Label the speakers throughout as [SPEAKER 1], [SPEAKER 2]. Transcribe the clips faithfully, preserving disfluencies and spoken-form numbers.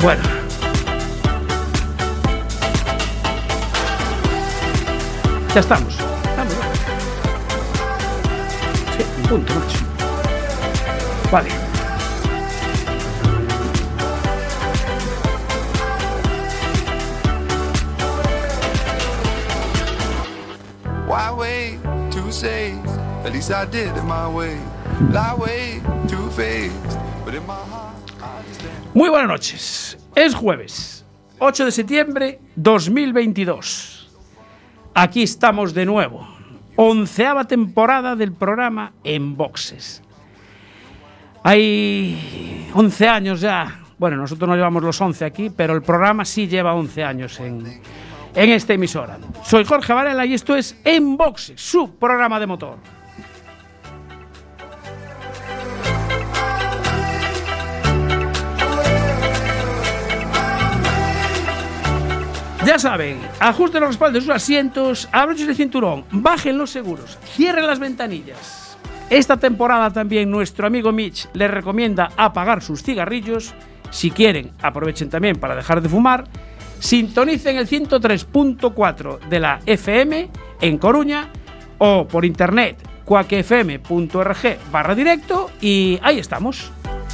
[SPEAKER 1] Bueno. Ya estamos. Vamos. Sí, un punto, macho. Vale.
[SPEAKER 2] Why wait to say? At least I did it my way. Lie way to face, but in my heart I understand.
[SPEAKER 1] Muy buenas noches. Es jueves, ocho de septiembre dos mil veintidós. Aquí estamos de nuevo. Onceava temporada del programa En Boxes. Hay once años ya. Bueno, nosotros no llevamos los once aquí, pero el programa sí lleva once años en, en esta emisora. Soy Jorge Varela y esto es En Boxes, su programa de motor. Ya saben, ajusten los respaldos de sus asientos, abrochen el cinturón, bajen los seguros, cierren las ventanillas. Esta temporada también nuestro amigo Mitch les recomienda apagar sus cigarrillos. Si quieren, aprovechen también para dejar de fumar. Sintonicen el ciento tres punto cuatro de la F M en Coruña o por internet cuacfm.org barra directo y ahí estamos.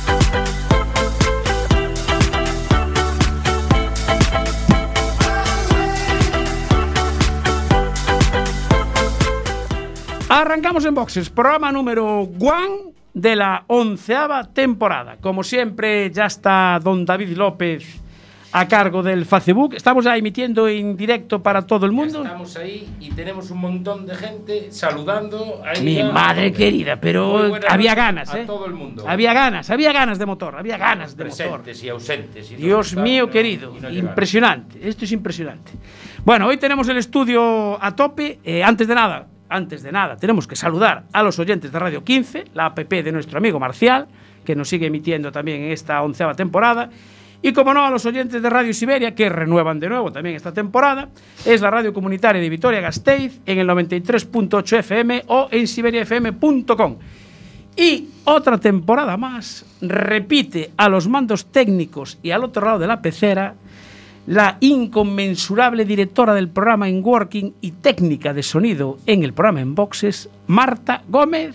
[SPEAKER 1] Arrancamos En Boxes, programa número one de la onceava temporada. Como siempre, ya está don David López a cargo del Facebook. Estamos ya emitiendo en directo para todo el mundo.
[SPEAKER 3] Ya estamos ahí y tenemos un montón de gente saludando. Ahí
[SPEAKER 1] Mi
[SPEAKER 3] ya,
[SPEAKER 1] madre
[SPEAKER 3] hombre.
[SPEAKER 1] querida, pero había ganas, ¿eh?
[SPEAKER 3] A todo el mundo.
[SPEAKER 1] Había ganas, había ganas de motor, había ganas de
[SPEAKER 3] Presentes
[SPEAKER 1] motor.
[SPEAKER 3] y ausentes. Y
[SPEAKER 1] Dios
[SPEAKER 3] no,
[SPEAKER 1] mío,
[SPEAKER 3] no,
[SPEAKER 1] querido,
[SPEAKER 3] y no llegaron.
[SPEAKER 1] impresionante. Esto es impresionante. Bueno, hoy tenemos el estudio a tope. Eh, antes de nada, antes de nada, tenemos que saludar a los oyentes de Radio quince, la app de nuestro amigo Marcial, que nos sigue emitiendo también en esta onceava temporada. Y como no, a los oyentes de Radio Siberia, que renuevan de nuevo también esta temporada. Es la radio comunitaria de Vitoria-Gasteiz en el noventa y tres punto ocho F M o en siberia f m punto com. Y otra temporada más repite a los mandos técnicos y al otro lado de la pecera la inconmensurable directora del programa En Working y técnica de sonido en el programa En Boxes, Marta Gómez.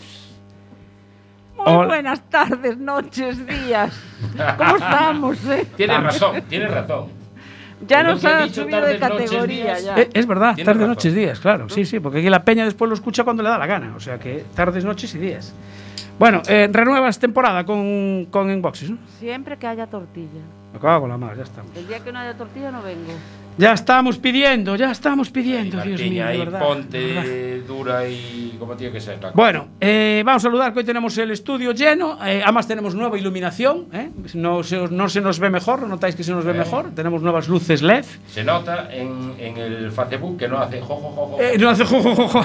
[SPEAKER 4] Muy
[SPEAKER 1] Hola.
[SPEAKER 4] buenas tardes, noches, días. ¿Cómo estamos? Eh?
[SPEAKER 3] Tienes razón, tienes razón.
[SPEAKER 4] Ya
[SPEAKER 3] Lo
[SPEAKER 4] nos
[SPEAKER 3] que he
[SPEAKER 4] ha
[SPEAKER 3] dicho,
[SPEAKER 4] subido de
[SPEAKER 3] tardes, noches,
[SPEAKER 4] categoría.
[SPEAKER 3] días.
[SPEAKER 4] Ya.
[SPEAKER 1] Eh, es verdad,
[SPEAKER 3] Tienes
[SPEAKER 1] tardes,
[SPEAKER 3] razón.
[SPEAKER 1] noches, días, claro. Sí, sí, porque aquí la peña después lo escucha cuando le da la gana. O sea que tardes, noches y días. Bueno, eh, renuevas temporada con, con En Boxes, ¿no?
[SPEAKER 4] Siempre que haya tortilla.
[SPEAKER 1] Me cago en la madre, ya estamos.
[SPEAKER 4] El día que no haya tortilla no vengo.
[SPEAKER 1] Ya estamos pidiendo, ya estamos pidiendo,
[SPEAKER 3] Ahí,
[SPEAKER 1] Dios
[SPEAKER 3] Martiña,
[SPEAKER 1] mío, de
[SPEAKER 3] ahí
[SPEAKER 1] verdad.
[SPEAKER 3] ponte
[SPEAKER 1] de verdad.
[SPEAKER 3] dura y como tiene que ser. la cosa.
[SPEAKER 1] Bueno, eh, vamos a saludar que hoy tenemos el estudio lleno, eh, además tenemos nueva iluminación, ¿eh? no, se, os- no se nos ve mejor, ¿no notáis que se nos ve
[SPEAKER 3] Eh.
[SPEAKER 1] mejor? Tenemos nuevas luces L E D.
[SPEAKER 3] Se nota en, en el Facebook que no hace jojo, jojo.
[SPEAKER 1] Eh, no hace jo, jo, jo, jo.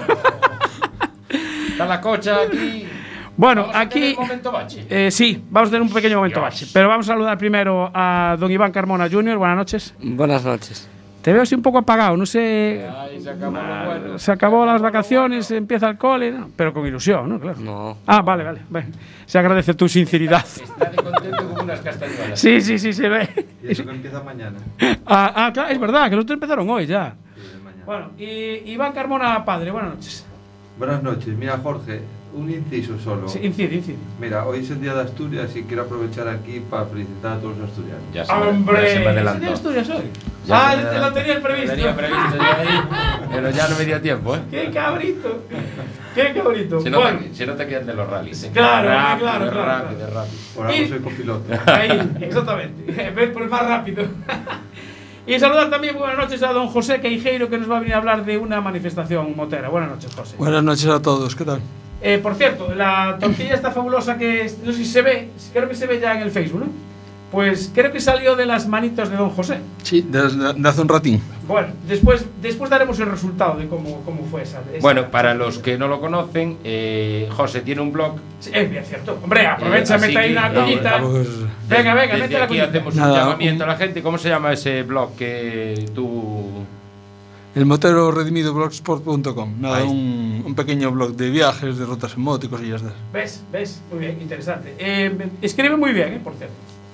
[SPEAKER 3] Está la cocha aquí.
[SPEAKER 1] Bueno,
[SPEAKER 3] Vamos a
[SPEAKER 1] aquí...
[SPEAKER 3] tener momento bache.
[SPEAKER 1] Eh, sí, vamos a tener un pequeño momento
[SPEAKER 3] Dios.
[SPEAKER 1] bache, pero vamos a saludar primero a don Iván Carmona junior Buenas noches.
[SPEAKER 5] Buenas noches.
[SPEAKER 1] Te veo así un poco apagado, no sé...
[SPEAKER 3] Ay, se acabó lo bueno.
[SPEAKER 1] Se acabó las vacaciones, empieza el cole, ¿no? Pero con ilusión, ¿no? Claro.
[SPEAKER 5] No.
[SPEAKER 1] Ah, vale, vale. Bueno, se agradece tu sinceridad.
[SPEAKER 3] Está de contento como unas castañuelas.
[SPEAKER 1] Sí, sí, sí, se ve.
[SPEAKER 6] Y eso que empieza mañana.
[SPEAKER 1] Ah, ah, claro, es verdad, que los otros empezaron hoy ya.
[SPEAKER 6] Sí, de mañana.
[SPEAKER 1] Bueno, y Iván Carmona padre, buenas noches.
[SPEAKER 6] Buenas noches. Mira, Jorge, un inciso solo.
[SPEAKER 1] Sí, incide, incide.
[SPEAKER 6] Mira, hoy es el Día de Asturias y quiero aprovechar aquí para felicitar a todos los asturianos.
[SPEAKER 3] Ya se me-
[SPEAKER 1] ¡Hombre!
[SPEAKER 3] ya se me adelantó.
[SPEAKER 1] ¿Sí de Asturias hoy?
[SPEAKER 3] Ya
[SPEAKER 1] Ah,
[SPEAKER 3] se me
[SPEAKER 1] te lo
[SPEAKER 3] adelantó.
[SPEAKER 1] tenía el previsto.
[SPEAKER 3] Lo tenía previsto ya ahí, pero ya no me dio tiempo, ¿eh?
[SPEAKER 1] ¡Qué cabrito! ¡Qué cabrito!
[SPEAKER 3] Se nota,
[SPEAKER 1] Bueno,
[SPEAKER 3] que- se nota que es de los rallies, ¿eh?
[SPEAKER 1] Claro,
[SPEAKER 3] rápido,
[SPEAKER 1] claro, claro,
[SPEAKER 3] rápido,
[SPEAKER 1] claro.
[SPEAKER 3] rápido.
[SPEAKER 6] Por algo
[SPEAKER 1] Y-
[SPEAKER 6] soy copiloto.
[SPEAKER 1] ahí, exactamente. Ves por el más rápido. Y saludar también buenas noches a don José Queijeiro, que nos va a venir a hablar de una manifestación motera. Buenas noches, José.
[SPEAKER 5] Buenas noches a todos, ¿qué tal?
[SPEAKER 1] Eh, por cierto, la tortilla está fabulosa que es- no sé si se ve, creo que se ve ya en el Facebook, ¿no? Pues creo que salió de las manitos de don José.
[SPEAKER 5] Sí, desde de hace un ratín.
[SPEAKER 1] Bueno, después, después daremos el resultado de cómo, cómo fue esa. esa-
[SPEAKER 3] Bueno, para los que no lo conocen, eh, José tiene un blog.
[SPEAKER 1] Sí, es bien cierto. Hombre, aprovecha,
[SPEAKER 3] Eh,
[SPEAKER 1] mete ahí
[SPEAKER 3] así
[SPEAKER 1] una
[SPEAKER 3] que-
[SPEAKER 1] cuñita.
[SPEAKER 5] Tampoco es-
[SPEAKER 1] Venga, venga,
[SPEAKER 3] Desde
[SPEAKER 1] mete la
[SPEAKER 3] aquí
[SPEAKER 1] cuñita.
[SPEAKER 3] hacemos
[SPEAKER 5] Nada,
[SPEAKER 3] un llamamiento
[SPEAKER 5] un-
[SPEAKER 3] a la gente. ¿Cómo se llama ese blog que tú...?
[SPEAKER 5] El motero redimido blogspot punto com. Nada,
[SPEAKER 3] Ahí.
[SPEAKER 5] un, un pequeño blog de viajes, de rutas en moto y cosillas de esas.
[SPEAKER 1] ¿Ves? ¿Ves? Muy bien, interesante. Eh, escribe muy bien, ¿eh? Por cierto.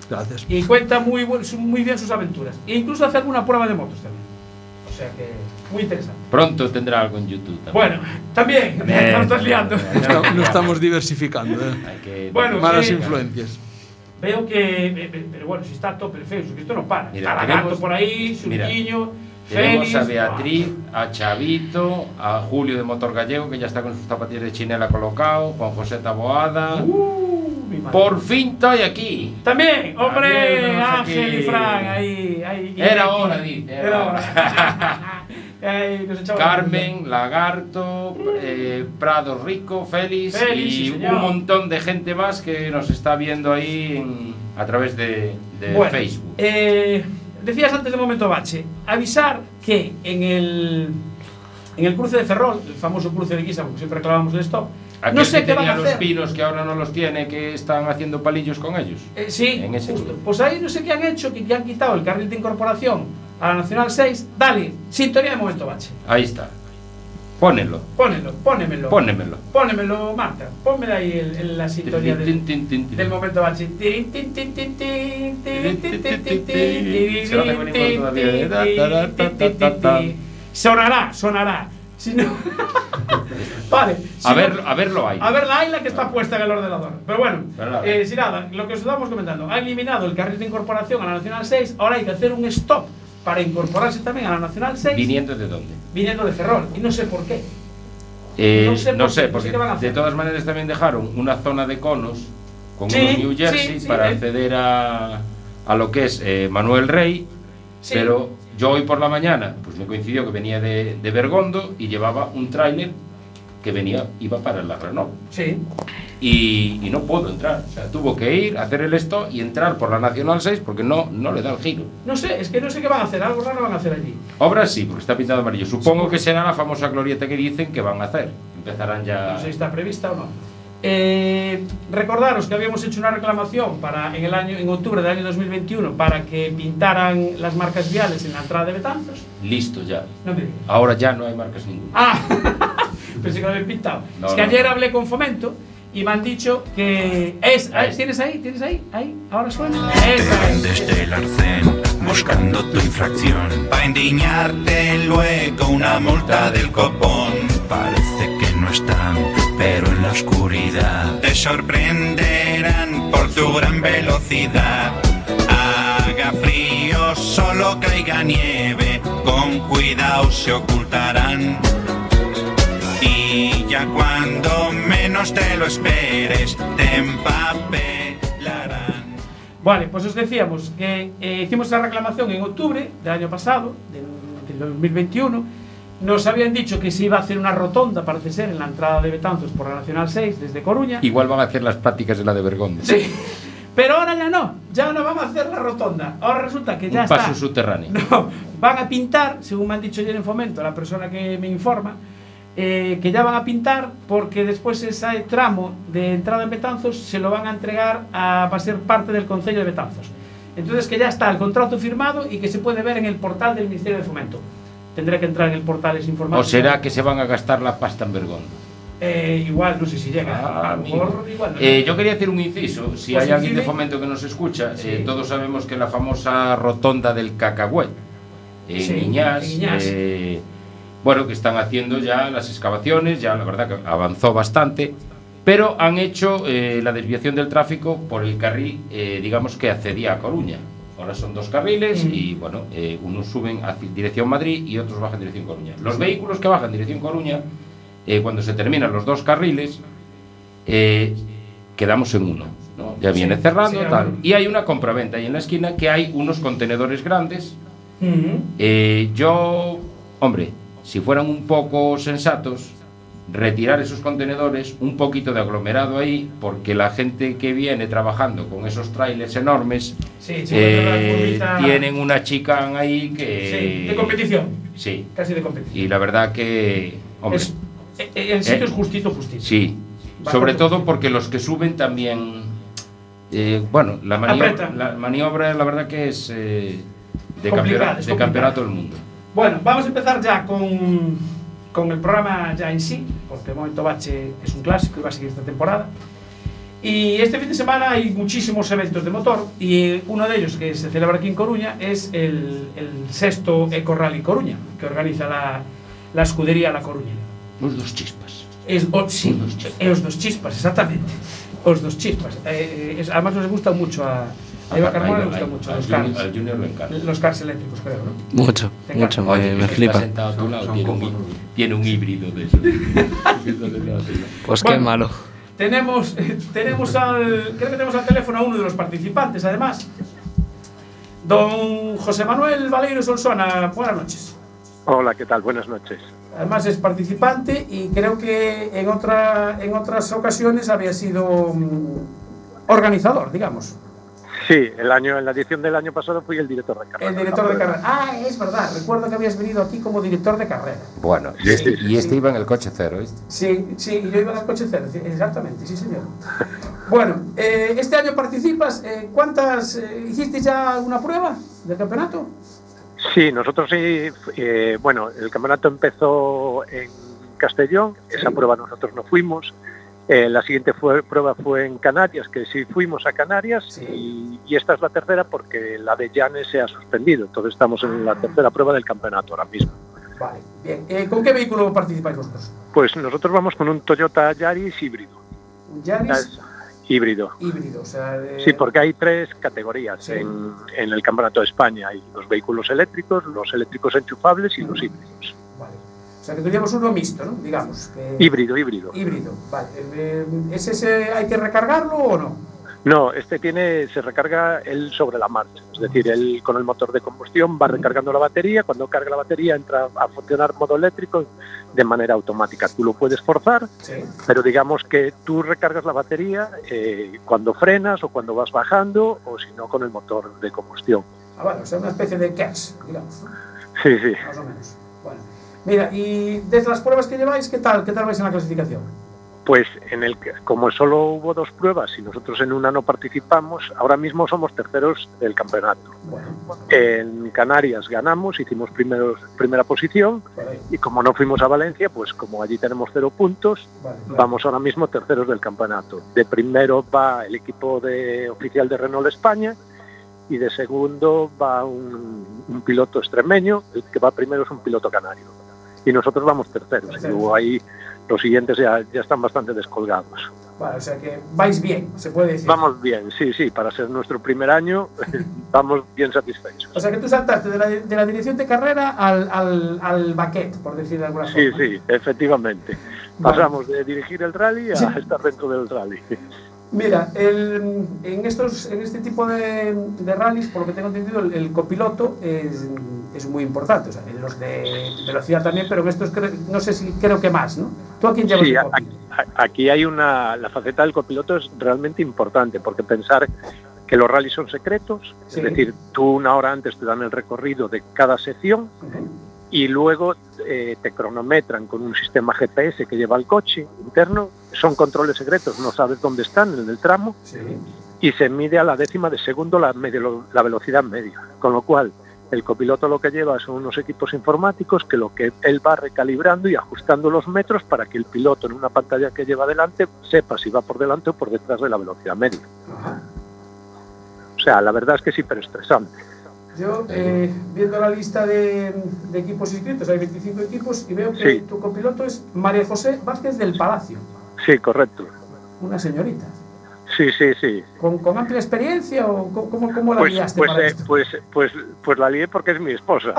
[SPEAKER 5] Gracias.
[SPEAKER 1] Y cuenta muy, bu- su- muy bien sus aventuras. E incluso hace alguna prueba de motos también. O sea que, muy interesante.
[SPEAKER 3] Pronto tendrá algo en YouTube también.
[SPEAKER 1] Bueno, también,
[SPEAKER 3] Eh,
[SPEAKER 1] no estás liando.
[SPEAKER 5] Está- no estamos diversificando, ¿eh?
[SPEAKER 3] Hay que-
[SPEAKER 1] Bueno,
[SPEAKER 5] Malas
[SPEAKER 1] eh,
[SPEAKER 5] influencias.
[SPEAKER 1] Veo que, eh, eh, pero bueno, si está a tope el Facebook, que esto no para.
[SPEAKER 3] Mira,
[SPEAKER 1] Está Lagarto
[SPEAKER 3] tenemos-
[SPEAKER 1] por ahí,
[SPEAKER 3] mira,
[SPEAKER 1] Surquiño,
[SPEAKER 3] Tenemos
[SPEAKER 1] Félix.
[SPEAKER 3] a Beatriz, a Chavito, a Julio de Motor Gallego, que ya está con sus zapatillas de chinela colocado, Juan José Taboada.
[SPEAKER 1] Uh, mi madre.
[SPEAKER 3] Por fin estoy aquí.
[SPEAKER 1] También, hombre,
[SPEAKER 3] También tenemos
[SPEAKER 1] Ángel
[SPEAKER 3] aquí.
[SPEAKER 1] y Fran, ahí, ahí.
[SPEAKER 3] Era
[SPEAKER 1] Iñaki.
[SPEAKER 3] hora, dice, era
[SPEAKER 1] Era
[SPEAKER 3] hora.
[SPEAKER 1] hora. Ahí, nos echaba la
[SPEAKER 3] Carmen, Lagarto, eh, Prado Rico, Félix,
[SPEAKER 1] Félix,
[SPEAKER 3] y
[SPEAKER 1] sí, señor.
[SPEAKER 3] un montón de gente más que nos está viendo ahí en- a través de, de
[SPEAKER 1] Bueno,
[SPEAKER 3] Facebook.
[SPEAKER 1] eh, decías antes de Momento Bache, avisar que en el, en el cruce de Ferrol, el famoso cruce de Guisa, porque siempre clavamos el stop,
[SPEAKER 3] Aquel
[SPEAKER 1] no sé
[SPEAKER 3] que
[SPEAKER 1] qué van
[SPEAKER 3] tenía
[SPEAKER 1] a
[SPEAKER 3] los
[SPEAKER 1] hacer.
[SPEAKER 3] pinos que ahora no los tiene, que están haciendo palillos con ellos.
[SPEAKER 1] Eh, sí,
[SPEAKER 3] en ese
[SPEAKER 1] justo.
[SPEAKER 3] cruce.
[SPEAKER 1] Pues ahí no sé qué han hecho, que, que han quitado el carril de incorporación a la Nacional seis. Dale, sintonía de Momento Bache.
[SPEAKER 3] Ahí está. Pónelo,
[SPEAKER 1] Pónelo, pónemelo.
[SPEAKER 3] pónemelo.
[SPEAKER 1] Pónemelo, Marta. Pónmela ahí el, el- la sintonía
[SPEAKER 3] Tin,
[SPEAKER 1] del,
[SPEAKER 3] tin, tin, tin, tin.
[SPEAKER 1] del Momento Bache. Tin, tin, tin, tin, tin, tin, tin, tin, tin, tin,
[SPEAKER 3] Se lo tengo en
[SPEAKER 1] tin,
[SPEAKER 3] inglés todavía.
[SPEAKER 1] tin,
[SPEAKER 3] Da, da, da,
[SPEAKER 1] tin,
[SPEAKER 3] da,
[SPEAKER 1] tin,
[SPEAKER 3] da, da.
[SPEAKER 1] tin. Sonará, sonará. Si no... Vale. si
[SPEAKER 3] A
[SPEAKER 1] no-
[SPEAKER 3] ver, a verlo ahí.
[SPEAKER 1] A ver la isla que está puesta en el ordenador. Pero bueno,
[SPEAKER 3] Verdad.
[SPEAKER 1] eh, si nada, lo que os estábamos comentando, ha eliminado el carril de incorporación a la Nacional seis, ahora hay que hacer un stop para incorporarse también a la Nacional seis,
[SPEAKER 3] ¿Viniendo de dónde?
[SPEAKER 1] viniendo de Ferrol, y no sé por qué.
[SPEAKER 3] Eh,
[SPEAKER 1] No sé
[SPEAKER 3] no
[SPEAKER 1] por
[SPEAKER 3] sé,
[SPEAKER 1] qué, no sé
[SPEAKER 3] porque
[SPEAKER 1] qué van a hacer.
[SPEAKER 3] de todas maneras también dejaron una zona de conos con
[SPEAKER 1] Sí,
[SPEAKER 3] unos New Jersey
[SPEAKER 1] sí, sí,
[SPEAKER 3] para
[SPEAKER 1] eh.
[SPEAKER 3] acceder a, a lo que es eh, Manuel Rey,
[SPEAKER 1] Sí.
[SPEAKER 3] pero yo hoy por la mañana pues me coincidió que venía de, de Bergondo y llevaba un tráiler que venía, iba para la Renault.
[SPEAKER 1] Sí.
[SPEAKER 3] Y, y no puedo entrar, o sea, tuvo que ir, hacer el stop y entrar por la Nacional seis porque no, no le da el giro.
[SPEAKER 1] No sé, es que no sé qué van a hacer, algo raro van a hacer allí.
[SPEAKER 3] Obras sí, porque está pintado amarillo. Supongo que será la famosa glorieta que dicen que van a hacer. Empezarán ya...
[SPEAKER 1] No sé si está prevista o no. Eh, recordaros que habíamos hecho una reclamación para en el año en octubre del año dos mil veintiuno para que pintaran las marcas viales en la entrada de Betanzos.
[SPEAKER 3] Listo ya.
[SPEAKER 1] No me digas.
[SPEAKER 3] Ahora ya no hay marcas ninguna.
[SPEAKER 1] Ah, pensé que lo habían pintado.
[SPEAKER 3] No,
[SPEAKER 1] es que
[SPEAKER 3] no,
[SPEAKER 1] ayer
[SPEAKER 3] no.
[SPEAKER 1] hablé con Fomento y me han dicho que es.
[SPEAKER 3] Ahí.
[SPEAKER 1] ¿Tienes ahí? ¿Tienes ahí? ¿Ahí? ¿Ahora suena? Esa es.
[SPEAKER 7] Desde el arcén, buscando tu infracción. Pa' indignarte luego una multa del copón. Parece que no están, pero en la oscuridad te sorprenderán por tu gran velocidad. Haga frío, solo caiga nieve, con cuidado se ocultarán. Y ya cuando menos te lo esperes, te empapelarán.
[SPEAKER 1] Vale, pues os decíamos que eh, hicimos la reclamación en octubre del año pasado, del, del dos mil veintiuno. Nos habían dicho que se iba a hacer una rotonda, parece ser, en la entrada de Betanzos por la Nacional seis desde Coruña.
[SPEAKER 3] Igual van a hacer las prácticas de la de Bergondo.
[SPEAKER 1] Sí. Pero ahora ya no, ya no van a hacer la rotonda. Ahora resulta que ya
[SPEAKER 3] Un
[SPEAKER 1] está.
[SPEAKER 3] paso subterráneo.
[SPEAKER 1] No, van a pintar, según me han dicho ayer en Fomento, la persona que me informa, eh, que ya van a pintar porque después ese tramo de entrada en Betanzos se lo van a entregar a, va a ser parte del Concello de Betanzos. Entonces que ya está el contrato firmado y que se puede ver en el portal del Ministerio de Fomento. Tendré que entrar en el portal ese informático.
[SPEAKER 3] ¿O será que se van a gastar la pasta en Bergondo?
[SPEAKER 1] Eh, igual, no sé si llega.
[SPEAKER 3] Ah,
[SPEAKER 1] a lo
[SPEAKER 3] amigo.
[SPEAKER 1] mejor igual. no
[SPEAKER 3] Eh,
[SPEAKER 1] sé.
[SPEAKER 3] yo quería hacer un inciso. Si
[SPEAKER 1] Pues
[SPEAKER 3] hay alguien de
[SPEAKER 1] incide.
[SPEAKER 3] Fomento que nos escucha,
[SPEAKER 1] Sí.
[SPEAKER 3] eh, todos sabemos que la famosa rotonda del Cacahuet en
[SPEAKER 1] Sí,
[SPEAKER 3] Iñás,
[SPEAKER 1] en Iñás.
[SPEAKER 3] eh, bueno, que están haciendo ya las excavaciones, ya la verdad que avanzó bastante, pero han hecho eh, la desviación del tráfico por el carril, eh, digamos que accedía a Coruña. Ahora son dos carriles
[SPEAKER 1] Mm.
[SPEAKER 3] y bueno, eh, unos suben hacia dirección Madrid y otros bajan dirección Coruña. Los vehículos que bajan dirección Coruña, eh, cuando se terminan los dos carriles, eh, quedamos en uno, ¿no? Ya viene
[SPEAKER 1] Sí,
[SPEAKER 3] cerrando,
[SPEAKER 1] sí,
[SPEAKER 3] tal.
[SPEAKER 1] ahora.
[SPEAKER 3] Y hay una compraventa ahí en la esquina que hay unos contenedores grandes.
[SPEAKER 1] Ujú.
[SPEAKER 3] Eh, yo, hombre, si fueran un poco sensatos, retirar esos contenedores, un poquito de aglomerado ahí, porque la gente que viene trabajando con esos trailers enormes
[SPEAKER 1] Sí, sí,
[SPEAKER 3] eh,
[SPEAKER 1] la curvita-
[SPEAKER 3] tienen una chica ahí que...
[SPEAKER 1] Sí, de competición.
[SPEAKER 3] Sí,
[SPEAKER 1] Casi de competición.
[SPEAKER 3] y la verdad que, hombre,
[SPEAKER 1] Es- eh, eh, el sitio
[SPEAKER 3] Eh,
[SPEAKER 1] es justito, justito.
[SPEAKER 3] sí,
[SPEAKER 1] Bastante
[SPEAKER 3] sobre todo
[SPEAKER 1] justito.
[SPEAKER 3] porque los que suben también, eh, bueno, la maniobra,
[SPEAKER 1] Apretan.
[SPEAKER 3] la maniobra la verdad que es eh, de,
[SPEAKER 1] Complicada,
[SPEAKER 3] campeonato,
[SPEAKER 1] es
[SPEAKER 3] de
[SPEAKER 1] complicada.
[SPEAKER 3] campeonato del mundo.
[SPEAKER 1] Bueno, vamos a empezar ya con, con el programa ya en sí, porque el Momento Bache es un clásico y va a seguir esta temporada. Y este fin de semana hay muchísimos eventos de motor y uno de ellos que se celebra aquí en Coruña es el, el sexto Eco Rally Coruña, que organiza la, la escudería La Coruña.
[SPEAKER 3] Los dos chispas.
[SPEAKER 1] Es, o, sí,
[SPEAKER 3] Os dos chispas.
[SPEAKER 1] é os dos chispas, exactamente. Os dos chispas. Eh, es, además nos gusta mucho a, a Eva Carmona, le gusta mucho
[SPEAKER 3] al
[SPEAKER 1] los
[SPEAKER 3] Junior,
[SPEAKER 1] cars.
[SPEAKER 3] al Junior le encanta.
[SPEAKER 1] Los cars eléctricos, creo, ¿no?
[SPEAKER 8] Mucho,
[SPEAKER 1] Te
[SPEAKER 8] mucho,
[SPEAKER 1] encanta.
[SPEAKER 8] me, me
[SPEAKER 3] Está
[SPEAKER 8] flipa.
[SPEAKER 3] sentado a tu lado,
[SPEAKER 6] Son
[SPEAKER 3] tiene, un,
[SPEAKER 6] cojonudos.
[SPEAKER 3] tiene un híbrido de eso.
[SPEAKER 8] Pues
[SPEAKER 1] Bueno.
[SPEAKER 8] qué malo.
[SPEAKER 1] Tenemos, tenemos al, creo que tenemos al teléfono a uno de los participantes, además. Don José Manuel Valeiro Solsona, buenas noches.
[SPEAKER 9] Hola, ¿qué tal? Buenas noches.
[SPEAKER 1] Además es participante y creo que en, otra, en otras ocasiones había sido mm, organizador, digamos.
[SPEAKER 9] Sí, el año, en la edición del año pasado fui el director de carrera.
[SPEAKER 1] El director de carrera. Ah, es verdad, recuerdo que habías venido aquí como director de carrera.
[SPEAKER 3] Bueno, y este, y este iba en el coche cero, ¿viste?
[SPEAKER 1] Sí, sí, y yo iba al coche cero, sí, exactamente, sí señor. Bueno, eh, este año participas, eh, ¿cuántas, eh, hiciste ya alguna prueba del campeonato?
[SPEAKER 9] Sí, nosotros sí, eh, bueno, el campeonato empezó en Castellón, esa prueba nosotros no fuimos. Eh, la siguiente fue, prueba fue en Canarias, que sí fuimos a Canarias,
[SPEAKER 1] Sí.
[SPEAKER 9] y, y esta es la tercera porque la de Llanes se ha suspendido, entonces estamos en la tercera prueba del campeonato ahora mismo.
[SPEAKER 1] Vale, bien. Eh, ¿Con qué vehículo participáis vosotros?
[SPEAKER 9] Pues nosotros vamos con un Toyota Yaris híbrido.
[SPEAKER 1] Yaris
[SPEAKER 9] Es híbrido.
[SPEAKER 1] híbrido, o sea... eh,
[SPEAKER 9] Sí, porque hay tres categorías
[SPEAKER 1] Sí.
[SPEAKER 9] en, en el Campeonato de España. Hay los vehículos eléctricos, los eléctricos enchufables y los híbridos.
[SPEAKER 1] Vale. O sea que teníamos uno mixto, ¿no? Digamos. Que...
[SPEAKER 9] Híbrido, híbrido.
[SPEAKER 1] Híbrido, vale. Eh, ¿Ese, ese hay que recargarlo o no?
[SPEAKER 9] No, este tiene, se recarga él sobre la marcha. Es decir, él con el motor de combustión va recargando la batería. Cuando carga la batería entra a funcionar modo eléctrico de manera automática. Tú lo puedes forzar,
[SPEAKER 1] Sí.
[SPEAKER 9] pero digamos que tú recargas la batería eh, cuando frenas o cuando vas bajando, o si no con el motor de combustión.
[SPEAKER 1] Ah, vale, o sea, una especie de catch, digamos, ¿no?
[SPEAKER 9] Sí, sí.
[SPEAKER 1] Más o menos. Bueno. Mira, y desde las pruebas que lleváis, ¿qué tal? ¿Qué tal vais en la clasificación?
[SPEAKER 9] Pues en el que, como solo hubo dos pruebas y nosotros en una no participamos, ahora mismo somos terceros del campeonato.
[SPEAKER 1] Bueno,
[SPEAKER 9] En Canarias ganamos, hicimos primeros, primera posición,
[SPEAKER 1] por ahí.
[SPEAKER 9] y como no fuimos a Valencia, pues como allí tenemos cero puntos,
[SPEAKER 1] Vale, vale.
[SPEAKER 9] vamos ahora mismo terceros del campeonato. De primero va el equipo de oficial de Renault España y de segundo va un, un piloto extremeño, el que va primero es un piloto canario. Y nosotros vamos terceros, y luego ahí los siguientes ya, ya están bastante descolgados.
[SPEAKER 1] Vale, o sea que vais bien, se puede decir.
[SPEAKER 9] Vamos bien, sí, sí, para ser nuestro primer año vamos bien satisfechos.
[SPEAKER 1] O sea que tú saltaste de la, de la dirección de carrera al, al, al baquet, por decir de alguna
[SPEAKER 9] Sí,
[SPEAKER 1] forma.
[SPEAKER 9] sí, efectivamente.
[SPEAKER 1] Vale.
[SPEAKER 9] Pasamos de dirigir el rally a
[SPEAKER 1] Sí.
[SPEAKER 9] estar dentro del rally.
[SPEAKER 1] Mira, el, en, estos, en este tipo de, de rallies, por lo que tengo entendido, el, el copiloto es, es muy importante. O sea, en los de velocidad también, pero en estos cre- no sé si creo que más, ¿no? ¿Tú a quién llevas
[SPEAKER 9] Sí,
[SPEAKER 1] de
[SPEAKER 9] a-
[SPEAKER 1] copi?
[SPEAKER 9] a- aquí hay una, la faceta del copiloto es realmente importante, porque pensar que los rallies son secretos,
[SPEAKER 1] Sí.
[SPEAKER 9] es decir, tú una hora antes te dan el recorrido de cada sección
[SPEAKER 1] Ujú.
[SPEAKER 9] y luego eh, te cronometran con un sistema G P S que lleva el coche interno, son controles secretos, no sabes dónde están en el tramo,
[SPEAKER 1] Sí.
[SPEAKER 9] y se mide a la décima de segundo la, medio- la velocidad media, con lo cual el copiloto lo que lleva son unos equipos informáticos que lo que él va recalibrando y ajustando los metros para que el piloto en una pantalla que lleva delante sepa si va por delante o por detrás de la velocidad media.
[SPEAKER 1] Ajá.
[SPEAKER 9] O sea, la verdad es que es hiperestresante.
[SPEAKER 1] Yo, eh, viendo la lista de, de equipos inscritos, hay veinticinco equipos y veo que
[SPEAKER 9] Sí.
[SPEAKER 1] tu copiloto es María José Vázquez del Palacio,
[SPEAKER 9] Sí, correcto.
[SPEAKER 1] una señorita.
[SPEAKER 9] Sí, sí, sí.
[SPEAKER 1] ¿Con, con amplia experiencia o co- cómo, cómo la
[SPEAKER 9] Pues,
[SPEAKER 1] guiaste
[SPEAKER 9] pues,
[SPEAKER 1] para
[SPEAKER 9] eh,
[SPEAKER 1] esto?
[SPEAKER 9] pues, pues, pues la lié porque es mi esposa.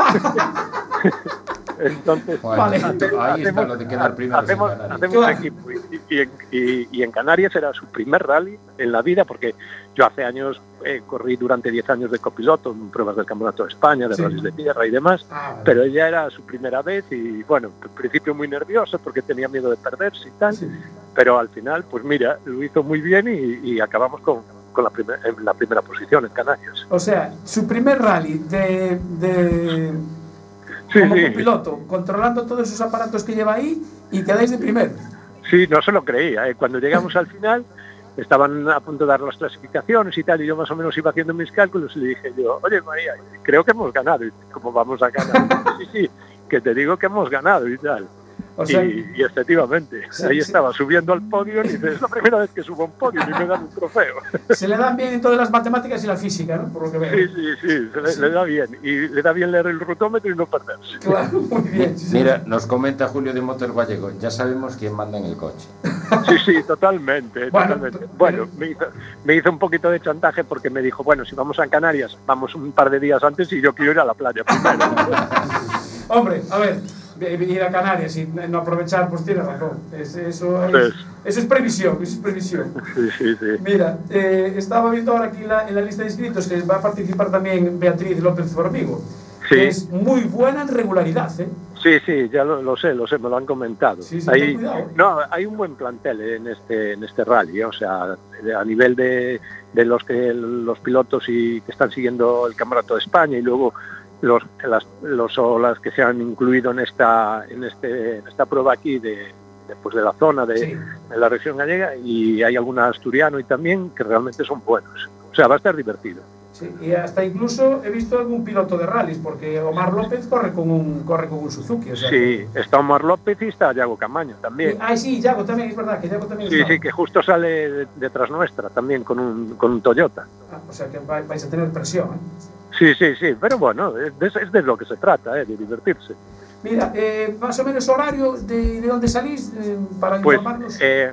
[SPEAKER 9] Entonces,
[SPEAKER 3] Bueno,
[SPEAKER 1] Vale.
[SPEAKER 3] ahí está lo de quedar primero.
[SPEAKER 9] hacemos,
[SPEAKER 3] sin ganar.
[SPEAKER 9] hacemos
[SPEAKER 1] Claro.
[SPEAKER 9] equipo y, y en, y- y en Canarias era su primer rally en la vida, porque yo hace años eh, corrí durante diez años de copiloto en pruebas del Campeonato de España, de
[SPEAKER 1] Sí.
[SPEAKER 9] rallies de tierra y demás,
[SPEAKER 1] Ah, vale.
[SPEAKER 9] pero ella era su primera vez y bueno, al principio muy nerviosa porque tenía miedo de perderse y tal,
[SPEAKER 1] Sí.
[SPEAKER 9] pero al final, pues mira, lo hizo muy bien y, y acabamos con, con la, primer- en la primera posición en Canarias.
[SPEAKER 1] O sea, su primer rally de, de
[SPEAKER 9] Sí,
[SPEAKER 1] como
[SPEAKER 9] sí.
[SPEAKER 1] copiloto, controlando todos esos aparatos que lleva ahí y quedáis de primero.
[SPEAKER 9] Sí, no se lo creía. ¿eh? Cuando llegamos al final, estaban a punto de dar las clasificaciones y tal, y yo más o menos iba haciendo mis cálculos y le dije yo, oye María, creo que hemos ganado. Y ¿cómo vamos a ganar? Sí, sí, que te digo que hemos ganado y tal.
[SPEAKER 1] O sea,
[SPEAKER 9] y, y efectivamente,
[SPEAKER 1] sí,
[SPEAKER 9] ahí
[SPEAKER 1] sí.
[SPEAKER 9] estaba subiendo al podio y dice, es la primera vez que subo a un podio y me dan un trofeo.
[SPEAKER 1] Se le dan bien en todas las matemáticas y la física, ¿no? Por lo que veo.
[SPEAKER 9] Sí, sí, sí, se le,
[SPEAKER 1] Sí.
[SPEAKER 9] le da bien. Y le da bien leer el rutómetro y no perderse.
[SPEAKER 1] Claro, muy bien. Sí, sí.
[SPEAKER 3] Mira, nos comenta Julio de Motor Gallego, ya sabemos quién manda en el coche.
[SPEAKER 9] Sí, sí, totalmente,
[SPEAKER 1] Bueno,
[SPEAKER 9] totalmente.
[SPEAKER 1] pero-
[SPEAKER 9] Bueno, me hizo, me hizo un poquito de chantaje porque me dijo, bueno, si vamos a Canarias, vamos un par de días antes y yo quiero ir a la playa primero.
[SPEAKER 1] Hombre, a ver, de- ir a Canarias y no aprovechar, pues tiene razón. Es- eso, es,
[SPEAKER 9] Pues-
[SPEAKER 1] eso es previsión, eso es previsión.
[SPEAKER 9] Sí, sí, sí.
[SPEAKER 1] Mira, eh, estaba viendo ahora aquí la- en la lista de inscritos que va a participar también Beatriz López Formigo,
[SPEAKER 9] Sí.
[SPEAKER 1] que es muy buena en regularidad, ¿eh?
[SPEAKER 9] Sí, sí, ya lo, lo sé, lo sé, me lo han comentado.
[SPEAKER 1] Sí, sí,
[SPEAKER 9] Hay-
[SPEAKER 1] ten cuidado, ¿eh?
[SPEAKER 9] no, hay un buen plantel en este en este rally, ¿eh? O sea, a nivel de, de los que los pilotos y que están siguiendo el Campeonato de España y luego los las los o las que se han incluido en esta en este en esta prueba aquí de de, pues, de la zona de,
[SPEAKER 1] Sí.
[SPEAKER 9] de la región gallega, y hay algún asturiano y también que realmente son buenos. O sea, va a estar divertido.
[SPEAKER 1] Sí, y hasta incluso he visto algún piloto de rallies, porque Omar López corre con un, corre con un Suzuki. O sea,
[SPEAKER 9] Sí, está Omar López y está Yago Camaño también.
[SPEAKER 1] Ah, sí, Yago también, es verdad, que Yago también
[SPEAKER 9] Sí,
[SPEAKER 1] estaba.
[SPEAKER 9] sí, que justo sale de- detrás nuestra también con un, con un Toyota.
[SPEAKER 1] Ah, o sea que vai- vais a tener presión, ¿eh?
[SPEAKER 9] Sí, sí, sí, pero bueno, es de, es de lo que se trata, ¿eh? De divertirse.
[SPEAKER 1] Mira, eh, más o menos horario de, de dónde salís eh, para
[SPEAKER 9] Pues,
[SPEAKER 1] informarnos.
[SPEAKER 9] eh,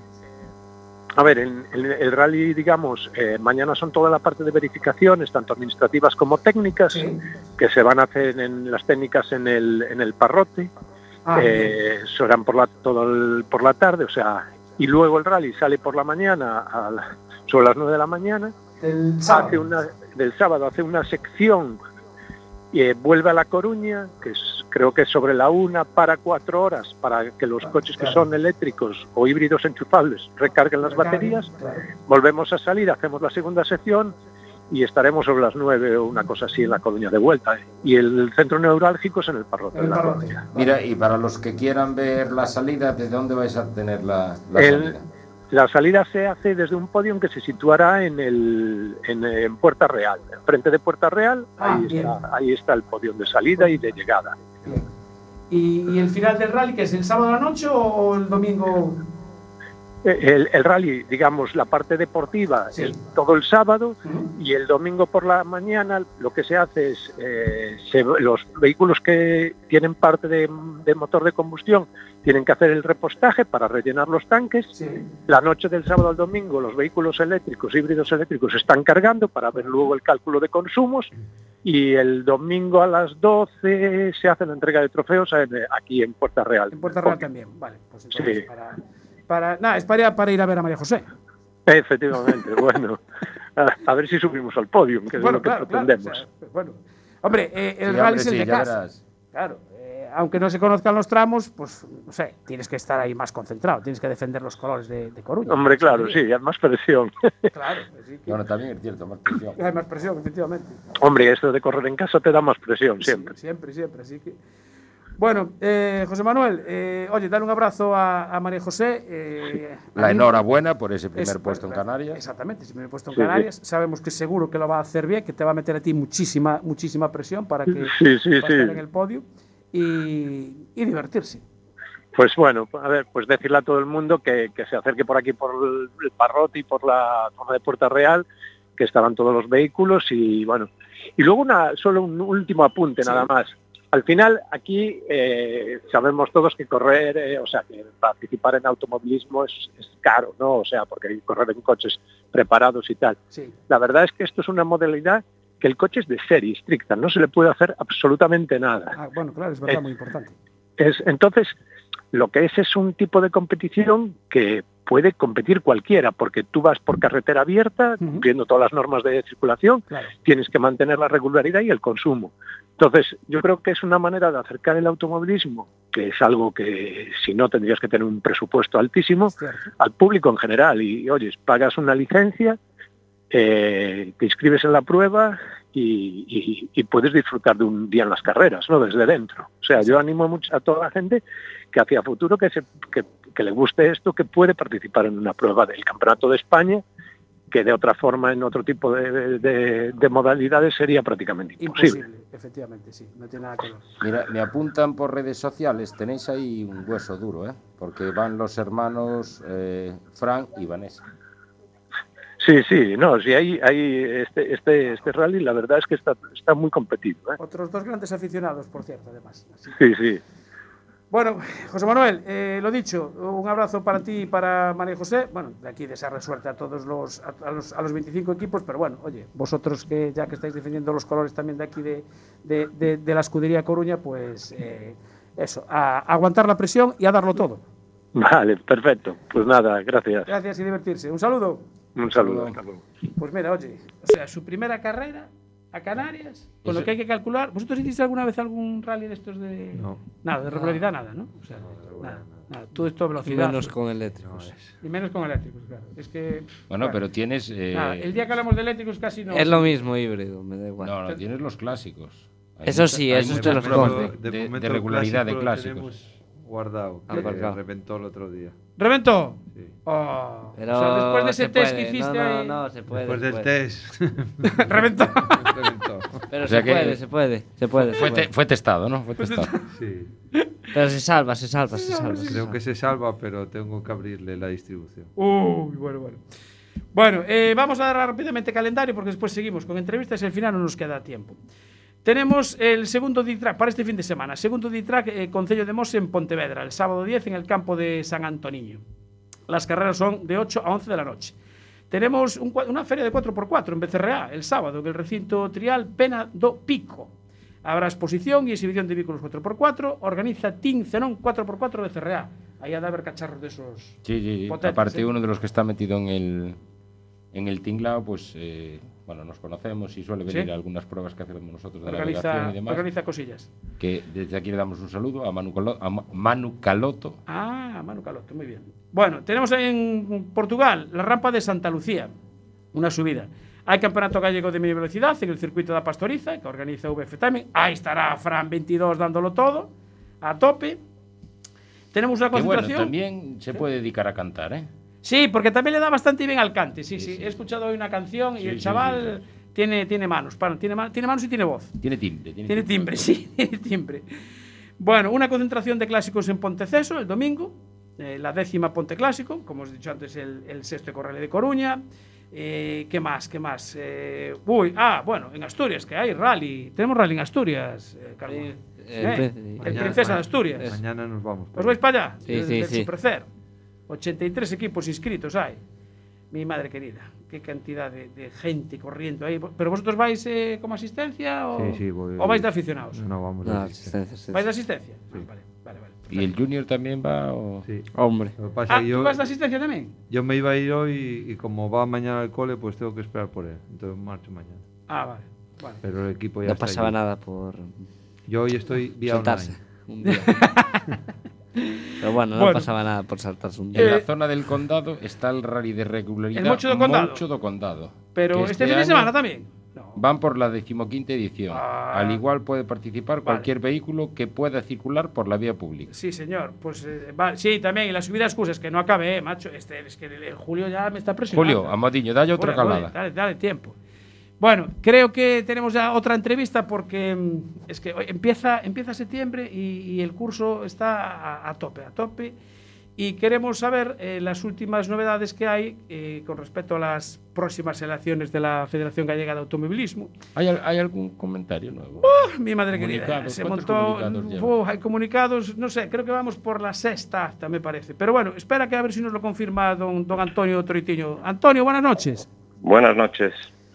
[SPEAKER 9] a ver, el, el- el rally, digamos, eh, mañana son toda la parte de verificaciones, tanto administrativas como técnicas,
[SPEAKER 1] Sí.
[SPEAKER 9] que se van a hacer en las técnicas en el, en el Parrote.
[SPEAKER 1] Ah,
[SPEAKER 9] eh, serán por la, todo el- por la tarde, o sea, y luego el rally sale por la mañana, a la- sobre las nueve de la mañana,
[SPEAKER 1] del sábado.
[SPEAKER 9] hace una, del sábado hace una sección y eh, vuelve a La Coruña, que es, creo que es sobre la una, para cuatro horas, para que los
[SPEAKER 1] Ah,
[SPEAKER 9] coches que
[SPEAKER 1] claro.
[SPEAKER 9] son eléctricos o híbridos enchufables recarguen las
[SPEAKER 1] Recargue,
[SPEAKER 9] baterías.
[SPEAKER 1] claro.
[SPEAKER 9] Volvemos a salir, hacemos la segunda sección y estaremos sobre las nueve o una cosa así en La Coruña de vuelta. Y el centro neurálgico es en el Parrote
[SPEAKER 1] En
[SPEAKER 9] de
[SPEAKER 1] el
[SPEAKER 9] La
[SPEAKER 1] Parrote.
[SPEAKER 9] Coruña.
[SPEAKER 3] Mira, y para los que quieran ver la salida, ¿de dónde vais a tener la, la
[SPEAKER 9] El-
[SPEAKER 3] salida?
[SPEAKER 9] La salida se hace desde un podio que se situará en, el, en, en Puerta Real, frente de Puerta Real.
[SPEAKER 1] Ah,
[SPEAKER 9] ahí,
[SPEAKER 1] bien.
[SPEAKER 9] está, ahí está el podio de salida y de llegada.
[SPEAKER 1] Bien. ¿Y, y el final del rally, que es el sábado a la noche o el domingo?
[SPEAKER 9] El, el rally, digamos, la parte deportiva
[SPEAKER 1] Sí.
[SPEAKER 9] es todo el sábado
[SPEAKER 1] Ujú.
[SPEAKER 9] y el domingo por la mañana lo que se hace es eh, se- los vehículos que tienen parte de, de motor de combustión tienen que hacer el repostaje para rellenar los tanques.
[SPEAKER 1] Sí.
[SPEAKER 9] La noche del sábado al domingo los vehículos eléctricos, híbridos eléctricos, se están cargando para ver luego el cálculo de consumos, y el domingo a las doce se hace la entrega de trofeos en- aquí en Puerta Real.
[SPEAKER 1] En Puerta Real también. Vale, pues entonces
[SPEAKER 9] Sí.
[SPEAKER 1] para, para, nada, es para, para ir a ver a María José.
[SPEAKER 9] Efectivamente, bueno, a, a ver si subimos al podio, que es
[SPEAKER 1] Bueno,
[SPEAKER 9] lo que
[SPEAKER 1] claro, claro,
[SPEAKER 9] pretendemos.
[SPEAKER 1] o sea, bueno. Hombre, eh, el
[SPEAKER 3] Sí,
[SPEAKER 1] rally
[SPEAKER 3] hombre,
[SPEAKER 1] es el
[SPEAKER 3] sí,
[SPEAKER 1] de
[SPEAKER 3] ya
[SPEAKER 1] casa.
[SPEAKER 3] verás.
[SPEAKER 1] Claro, eh, aunque no se conozcan los tramos, pues no sé, tienes que estar ahí más concentrado, tienes que defender los colores de, de Coruña.
[SPEAKER 9] Hombre, claro, sí, hay más presión.
[SPEAKER 1] Claro, así que
[SPEAKER 3] Bueno, también es cierto, más presión.
[SPEAKER 1] hay más presión, efectivamente.
[SPEAKER 9] Hombre, esto de correr en casa te da más presión
[SPEAKER 1] Sí,
[SPEAKER 9] siempre.
[SPEAKER 1] siempre, siempre. Así que. Bueno, eh, José Manuel, eh, oye, dale un abrazo a, a María José. eh,
[SPEAKER 3] La
[SPEAKER 1] a mí-
[SPEAKER 3] enhorabuena por ese primer
[SPEAKER 1] Eso,
[SPEAKER 3] puesto en
[SPEAKER 1] claro,
[SPEAKER 3] Canarias.
[SPEAKER 1] Exactamente, ese primer puesto en
[SPEAKER 9] Sí, sí.
[SPEAKER 1] Canarias. Sabemos que seguro que lo va a hacer bien, que te va a meter a ti muchísima, muchísima presión para que
[SPEAKER 9] Sí, sí,
[SPEAKER 1] puedas
[SPEAKER 9] sí.
[SPEAKER 1] estar en el podio y, y divertirse.
[SPEAKER 9] Pues bueno, a ver, pues decirle a todo el mundo que, que se acerque por aquí, por el, el Parrote y por la zona de Puerta Real, que estarán todos los vehículos y bueno. Y luego una, solo un último apunte
[SPEAKER 1] Sí.
[SPEAKER 9] nada más. Al final, aquí eh, sabemos todos que correr, eh, o sea, que participar en automovilismo es, es caro, ¿no? O sea, porque hay que correr en coches preparados y tal.
[SPEAKER 1] Sí,
[SPEAKER 9] La verdad es que esto es una modalidad que el coche es de serie estricta, no se le puede hacer absolutamente nada.
[SPEAKER 1] ah, bueno, claro, es verdad,
[SPEAKER 9] Eh,
[SPEAKER 1] muy importante.
[SPEAKER 9] Es, entonces, lo que es es un tipo de competición que puede competir cualquiera, porque tú vas por carretera abierta,
[SPEAKER 1] Ujú.
[SPEAKER 9] cumpliendo todas las normas de circulación,
[SPEAKER 1] Claro.
[SPEAKER 9] tienes que mantener la regularidad y el consumo. Entonces, yo creo que es una manera de acercar el automovilismo, que es algo que si no tendrías que tener un presupuesto altísimo,
[SPEAKER 1] Es cierto.
[SPEAKER 9] al público en general. Y, y oyes, pagas una licencia, eh, te inscribes en la prueba y, y- y puedes disfrutar de un día en las carreras, ¿no? Desde dentro. O sea, yo animo mucho a toda la gente que hacia futuro que, se, que, que le guste esto, que puede participar en una prueba del Campeonato de España que de otra forma en otro tipo de, de, de modalidades sería prácticamente imposible.
[SPEAKER 1] Imposible, efectivamente, sí, no tiene nada que ver.
[SPEAKER 3] Mira, me apuntan por redes sociales, tenéis ahí un hueso duro, ¿eh? Porque van los hermanos eh, Fran y Vanessa.
[SPEAKER 9] Sí, sí, no, sí, hay, hay este, este, este rally, la verdad es que está, está muy competido, ¿eh?
[SPEAKER 1] Otros dos grandes aficionados, por cierto, además. Así.
[SPEAKER 9] Sí, sí.
[SPEAKER 1] Bueno, José Manuel, eh, lo dicho, un abrazo para ti y para María José. Bueno, de aquí desearle suerte a todos los a, a los a los veinticinco equipos, pero bueno, oye, vosotros que ya que estáis defendiendo los colores también de aquí de, de, de, de la escudería Coruña, pues eh, eso, a, a aguantar la presión y a darlo todo.
[SPEAKER 9] Vale, perfecto. Pues nada, gracias.
[SPEAKER 1] Gracias y divertirse. Un saludo.
[SPEAKER 9] Un saludo. Hasta luego.
[SPEAKER 1] Pues mira, oye, o sea, su primera carrera a Canarias, con
[SPEAKER 3] Eso.
[SPEAKER 1] lo que hay que calcular. ¿Vosotros hiciste alguna vez algún rally de estos de...?
[SPEAKER 6] No.
[SPEAKER 1] Nada, de regularidad nada, ¿no? O sea, nada, nada. Todo esto velocidad.
[SPEAKER 8] Menos con eléctricos.
[SPEAKER 1] Y menos con eléctricos, claro. Es que...
[SPEAKER 3] Bueno, pero tienes... eh,
[SPEAKER 1] Nada, el día que hablamos de eléctricos casi no...
[SPEAKER 8] Es lo mismo híbrido, me da igual.
[SPEAKER 3] No, no, tienes los clásicos. Hay
[SPEAKER 8] Eso
[SPEAKER 3] muchas-
[SPEAKER 8] sí,
[SPEAKER 3] hay
[SPEAKER 8] esos
[SPEAKER 3] muchas
[SPEAKER 8] te los
[SPEAKER 3] pruebas
[SPEAKER 8] compro.
[SPEAKER 3] de, de- de
[SPEAKER 6] momento el
[SPEAKER 3] regularidad de
[SPEAKER 6] clásico lo
[SPEAKER 3] clásicos.
[SPEAKER 6] tenemos guardado, que
[SPEAKER 8] Aparcado.
[SPEAKER 6] reventó el otro día.
[SPEAKER 1] ¿Reventó?
[SPEAKER 6] Sí.
[SPEAKER 1] Oh,
[SPEAKER 8] Pero
[SPEAKER 1] o sea, después de ese
[SPEAKER 8] se
[SPEAKER 1] test
[SPEAKER 8] puede.
[SPEAKER 1] que hiciste...
[SPEAKER 8] No, no,
[SPEAKER 1] ahí-
[SPEAKER 8] no, se puede.
[SPEAKER 6] Después
[SPEAKER 8] se
[SPEAKER 6] del
[SPEAKER 8] puede.
[SPEAKER 6] test,
[SPEAKER 1] Reventó.
[SPEAKER 6] reventó.
[SPEAKER 8] Pero
[SPEAKER 3] O sea
[SPEAKER 8] se
[SPEAKER 3] que-
[SPEAKER 8] puede, se puede, se puede. se
[SPEAKER 3] Fue,
[SPEAKER 8] puede.
[SPEAKER 3] te- fue testado, ¿no? Fue testado.
[SPEAKER 6] Sí.
[SPEAKER 8] Pero se salva, se salva, se salva. se
[SPEAKER 6] Creo
[SPEAKER 8] salva.
[SPEAKER 6] que se salva, pero tengo que abrirle la distribución.
[SPEAKER 1] Uy, bueno, bueno. Bueno, eh, vamos a dar rápidamente calendario porque después seguimos con entrevistas y al final no nos queda tiempo. Tenemos el segundo D-Track para este fin de semana. Segundo D-Track, eh, Concello de Mos en Pontevedra, el sábado diez en el campo de San Antoniño. Las carreras son de ocho a once de la noche. Tenemos un, cua- una feria de cuatro por cuatro en B C R A el sábado en el recinto trial Pena do Pico. Habrá exposición y exhibición de vehículos cuatro por cuatro. Organiza Team Zenón cuatro por cuatro B C R A. Ahí ha de haber cacharros de esos.
[SPEAKER 3] Sí, sí, sí.
[SPEAKER 1] potentes,
[SPEAKER 3] Aparte,
[SPEAKER 1] ¿eh?
[SPEAKER 3] uno de los que está metido en el, en el tinglao, pues, eh, bueno, nos conocemos y suele venir
[SPEAKER 1] Sí.
[SPEAKER 3] a algunas pruebas que hacemos nosotros de
[SPEAKER 1] Organiza,
[SPEAKER 3] navegación y demás.
[SPEAKER 1] organiza cosillas.
[SPEAKER 3] Que desde aquí le damos un saludo a Manu, Calo- a Ma- Manu Caloto.
[SPEAKER 1] Ah, Manu Caloto, muy bien. Bueno, tenemos en Portugal la rampa de Santa Lucía, una subida. Hay campeonato gallego de media velocidad en el circuito de Pastoriza, que organiza V F Timing. Ahí estará Fran veintidós dándolo todo, a tope. Tenemos una
[SPEAKER 3] Que bueno,
[SPEAKER 1] concentración.
[SPEAKER 3] también se puede dedicar a cantar, ¿eh?
[SPEAKER 1] Sí, porque también le da bastante bien al cante. Sí, sí.
[SPEAKER 3] Sí, sí.
[SPEAKER 1] He escuchado hoy una canción y
[SPEAKER 3] Sí,
[SPEAKER 1] el
[SPEAKER 3] sí,
[SPEAKER 1] chaval
[SPEAKER 3] sí,
[SPEAKER 1] Tiene, tiene manos, para, tiene, ma- tiene manos y tiene voz.
[SPEAKER 3] Tiene timbre. Tiene,
[SPEAKER 1] Tiene timbre, sí, tiene timbre. Bueno, una concentración de clásicos en Ponteceso el domingo, eh, la décima Ponte Clásico, como os he dicho antes, el, el sexto Corrale de Coruña. Eh, ¿Qué más? ¿Qué más? Eh, uy, ah, bueno, en Asturias, que hay rally. Tenemos rally en Asturias, eh, Carlos.
[SPEAKER 8] Sí,
[SPEAKER 1] Eh,
[SPEAKER 8] el
[SPEAKER 1] el Princesa de Asturias.
[SPEAKER 8] Eso.
[SPEAKER 6] Mañana nos vamos.
[SPEAKER 1] ¿Os vais para allá?
[SPEAKER 8] Sí,
[SPEAKER 1] Del-
[SPEAKER 8] sí,
[SPEAKER 1] del
[SPEAKER 8] sí.
[SPEAKER 1] Supercer. ochenta y tres equipos inscritos hay. Mi madre querida, qué cantidad de, de gente corriendo ahí. ¿Pero vosotros vais eh, como asistencia o,
[SPEAKER 6] Sí, sí, voy-
[SPEAKER 1] o vais de aficionados?
[SPEAKER 6] No, vamos de
[SPEAKER 8] No,
[SPEAKER 6] asistencia.
[SPEAKER 8] asistencia,
[SPEAKER 1] ¿Vais de
[SPEAKER 8] asistencia.
[SPEAKER 1] asistencia? Ah, vale, vale, vale.
[SPEAKER 3] ¿Y el Junior también va? O...
[SPEAKER 6] Sí.
[SPEAKER 8] Hombre.
[SPEAKER 6] Lo que pasa
[SPEAKER 1] Ah,
[SPEAKER 6] es que
[SPEAKER 1] ¿tú
[SPEAKER 6] yo,
[SPEAKER 1] vas de asistencia también?
[SPEAKER 6] yo me iba a ir hoy y como va mañana al cole, pues tengo que esperar por él. Entonces marcho mañana.
[SPEAKER 1] Ah, vale. Bueno.
[SPEAKER 6] Pero el equipo ya
[SPEAKER 8] No
[SPEAKER 6] está
[SPEAKER 8] pasaba
[SPEAKER 6] allí.
[SPEAKER 8] nada por
[SPEAKER 6] Yo hoy estoy vía
[SPEAKER 8] saltarse
[SPEAKER 6] online.
[SPEAKER 8] un día. Pero bueno, no
[SPEAKER 1] Bueno.
[SPEAKER 8] pasaba nada por saltarse un
[SPEAKER 3] En
[SPEAKER 8] día.
[SPEAKER 1] Eh,
[SPEAKER 3] la zona del condado está el rally de regularidad.
[SPEAKER 1] ¿El Mocho do Condado?
[SPEAKER 3] Mocho do Condado.
[SPEAKER 1] Pero
[SPEAKER 3] Que
[SPEAKER 1] este, fin de
[SPEAKER 3] año
[SPEAKER 1] semana también. No.
[SPEAKER 3] Van por la decimoquinta edición.
[SPEAKER 1] Ah.
[SPEAKER 3] Al igual puede participar
[SPEAKER 1] Vale.
[SPEAKER 3] cualquier vehículo que pueda circular por la vía pública.
[SPEAKER 1] Sí, señor. Pues eh, vale. Sí, también. Y la subida de excusas, que no acabé, eh, macho. Este, es que el, el Julio ya me está presionando.
[SPEAKER 3] Julio, Amadiño, dale otra
[SPEAKER 1] Joder, joder,
[SPEAKER 3] calada.
[SPEAKER 1] dale, dale tiempo. Bueno, creo que tenemos ya otra entrevista porque mm, es que hoy empieza, empieza septiembre y, y el curso está a, a tope, a tope. Y queremos saber eh, las últimas novedades que hay eh, con respecto a las próximas elecciones de la Federación Gallega de Automovilismo.
[SPEAKER 3] ¿Hay, al- hay algún comentario nuevo?
[SPEAKER 1] ¡Oh, mi madre querida!
[SPEAKER 3] Comunicados,
[SPEAKER 1] Se
[SPEAKER 3] ¿cuántos
[SPEAKER 1] montó.
[SPEAKER 3] comunicados lleva?
[SPEAKER 1] ¡Oh, hay comunicados, no sé, creo que vamos por la sexta acta, me parece. Pero bueno, espera que a ver si nos lo confirma don, don Antonio Toritiño. Antonio, buenas noches.
[SPEAKER 10] Buenas noches.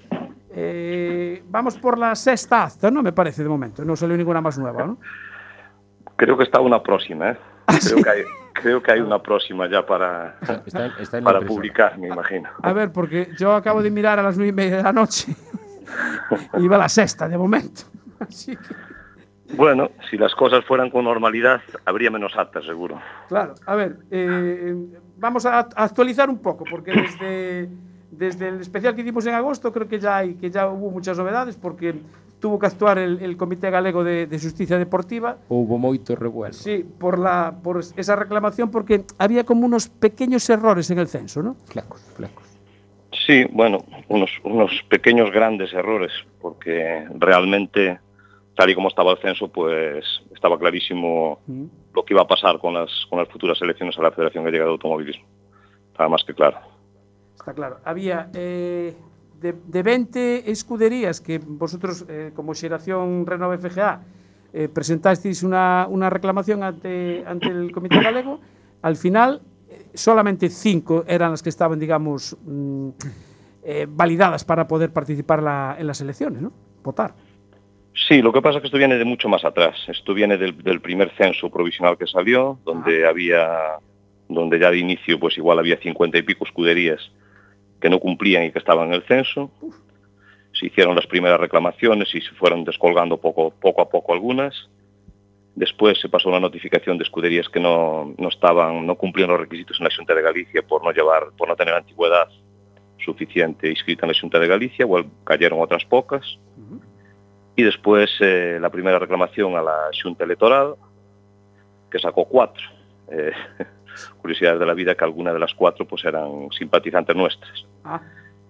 [SPEAKER 1] Eh, vamos por la sexta acta, ¿no? Me parece de momento. No salió ninguna más nueva, ¿no?
[SPEAKER 10] Creo que está una próxima, ¿eh?
[SPEAKER 1] Ah,
[SPEAKER 10] Creo,
[SPEAKER 1] ¿sí?
[SPEAKER 10] que hay, creo que hay una próxima ya para,
[SPEAKER 3] Está, está en la
[SPEAKER 10] para
[SPEAKER 3] impresora.
[SPEAKER 10] publicar, me imagino.
[SPEAKER 1] A ver, porque yo acabo de mirar a las nueve y media de la noche y va la sexta de momento. Así que,
[SPEAKER 10] Bueno, si las cosas fueran con normalidad, habría menos actas, seguro.
[SPEAKER 1] claro, a ver, eh, vamos a a actualizar un poco, porque desde, desde el especial que hicimos en agosto creo que ya, hay, que ya hubo muchas novedades, porque tuvo que actuar el, el Comité Galego de, de Justicia Deportiva.
[SPEAKER 3] Hubo moito revuelo.
[SPEAKER 1] Sí, por, la, por esa reclamación, porque había como unos pequeños errores en el censo, ¿no?
[SPEAKER 3] Flecos, flecos.
[SPEAKER 10] Sí, bueno, unos, unos pequeños grandes errores, porque realmente, tal y como estaba el censo, pues estaba clarísimo mm. lo que iba a pasar con las, con las futuras elecciones a la Federación Gallega de Automovilismo. Estaba más que claro.
[SPEAKER 1] Está claro. Había eh, de, de veinte escuderías que vosotros, eh, como Xeración Renove F G A, eh, presentasteis una, una reclamación ante, ante el Comité Galego. Al final, eh, solamente cinco eran las que estaban, digamos, mm, eh, validadas para poder participar la, en las elecciones, ¿no? Votar.
[SPEAKER 10] Sí, lo que pasa es que esto viene de mucho más atrás. Esto viene del, del primer censo provisional que salió, donde ah. había, donde ya de inicio, pues igual había cincuenta y pico escuderías que no cumplían y que estaban en el censo. Uf. Se hicieron las primeras reclamaciones y se fueron descolgando poco, poco a poco algunas. Después se pasó una notificación de escuderías que no, no estaban, no cumplían los requisitos en la Xunta de Galicia por no llevar, por no tener antigüedad suficiente inscrita en la Xunta de Galicia, igual cayeron otras pocas. Uh-huh. Y después eh, la primera reclamación a la Xunta Electoral, que sacó cuatro. Eh, curiosidades de la vida que algunas de las cuatro pues eran simpatizantes nuestras. Ah,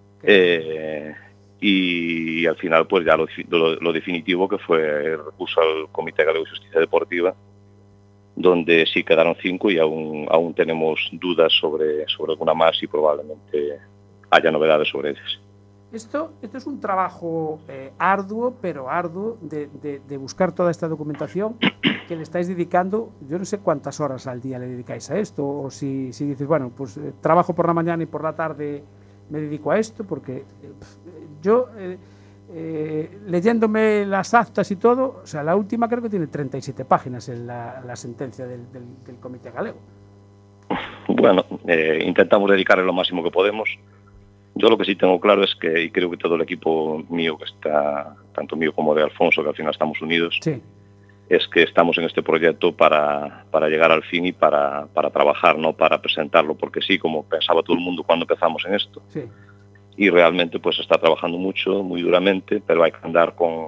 [SPEAKER 10] eh, y, y al final pues ya lo, lo, lo definitivo que fue el recurso al Comité Galego de Justicia Deportiva, donde sí quedaron cinco y aún, aún tenemos dudas sobre, sobre alguna más y probablemente haya novedades sobre ellas.
[SPEAKER 1] Esto, esto es un trabajo eh, arduo, pero arduo, de, de, de buscar toda esta documentación que le estáis dedicando. Yo no sé cuántas horas al día le dedicáis a esto, o si, si dices, bueno, pues eh, trabajo por la mañana y por la tarde me dedico a esto, porque eh, yo, eh, eh, leyéndome las actas y todo, o sea, la última creo que tiene treinta y siete páginas en la, la sentencia del, del, del Comité Galego.
[SPEAKER 10] Bueno, eh, intentamos dedicarle lo máximo que podemos. Yo lo que sí tengo claro es que, y creo que todo el equipo mío que está, tanto mío como de Alfonso, que al final estamos unidos, sí. es que estamos en este proyecto para, para llegar al fin y para, para trabajar, no para presentarlo, porque sí, como pensaba todo el mundo cuando empezamos en esto. Sí. Y realmente pues está trabajando mucho, muy duramente, pero hay que andar con...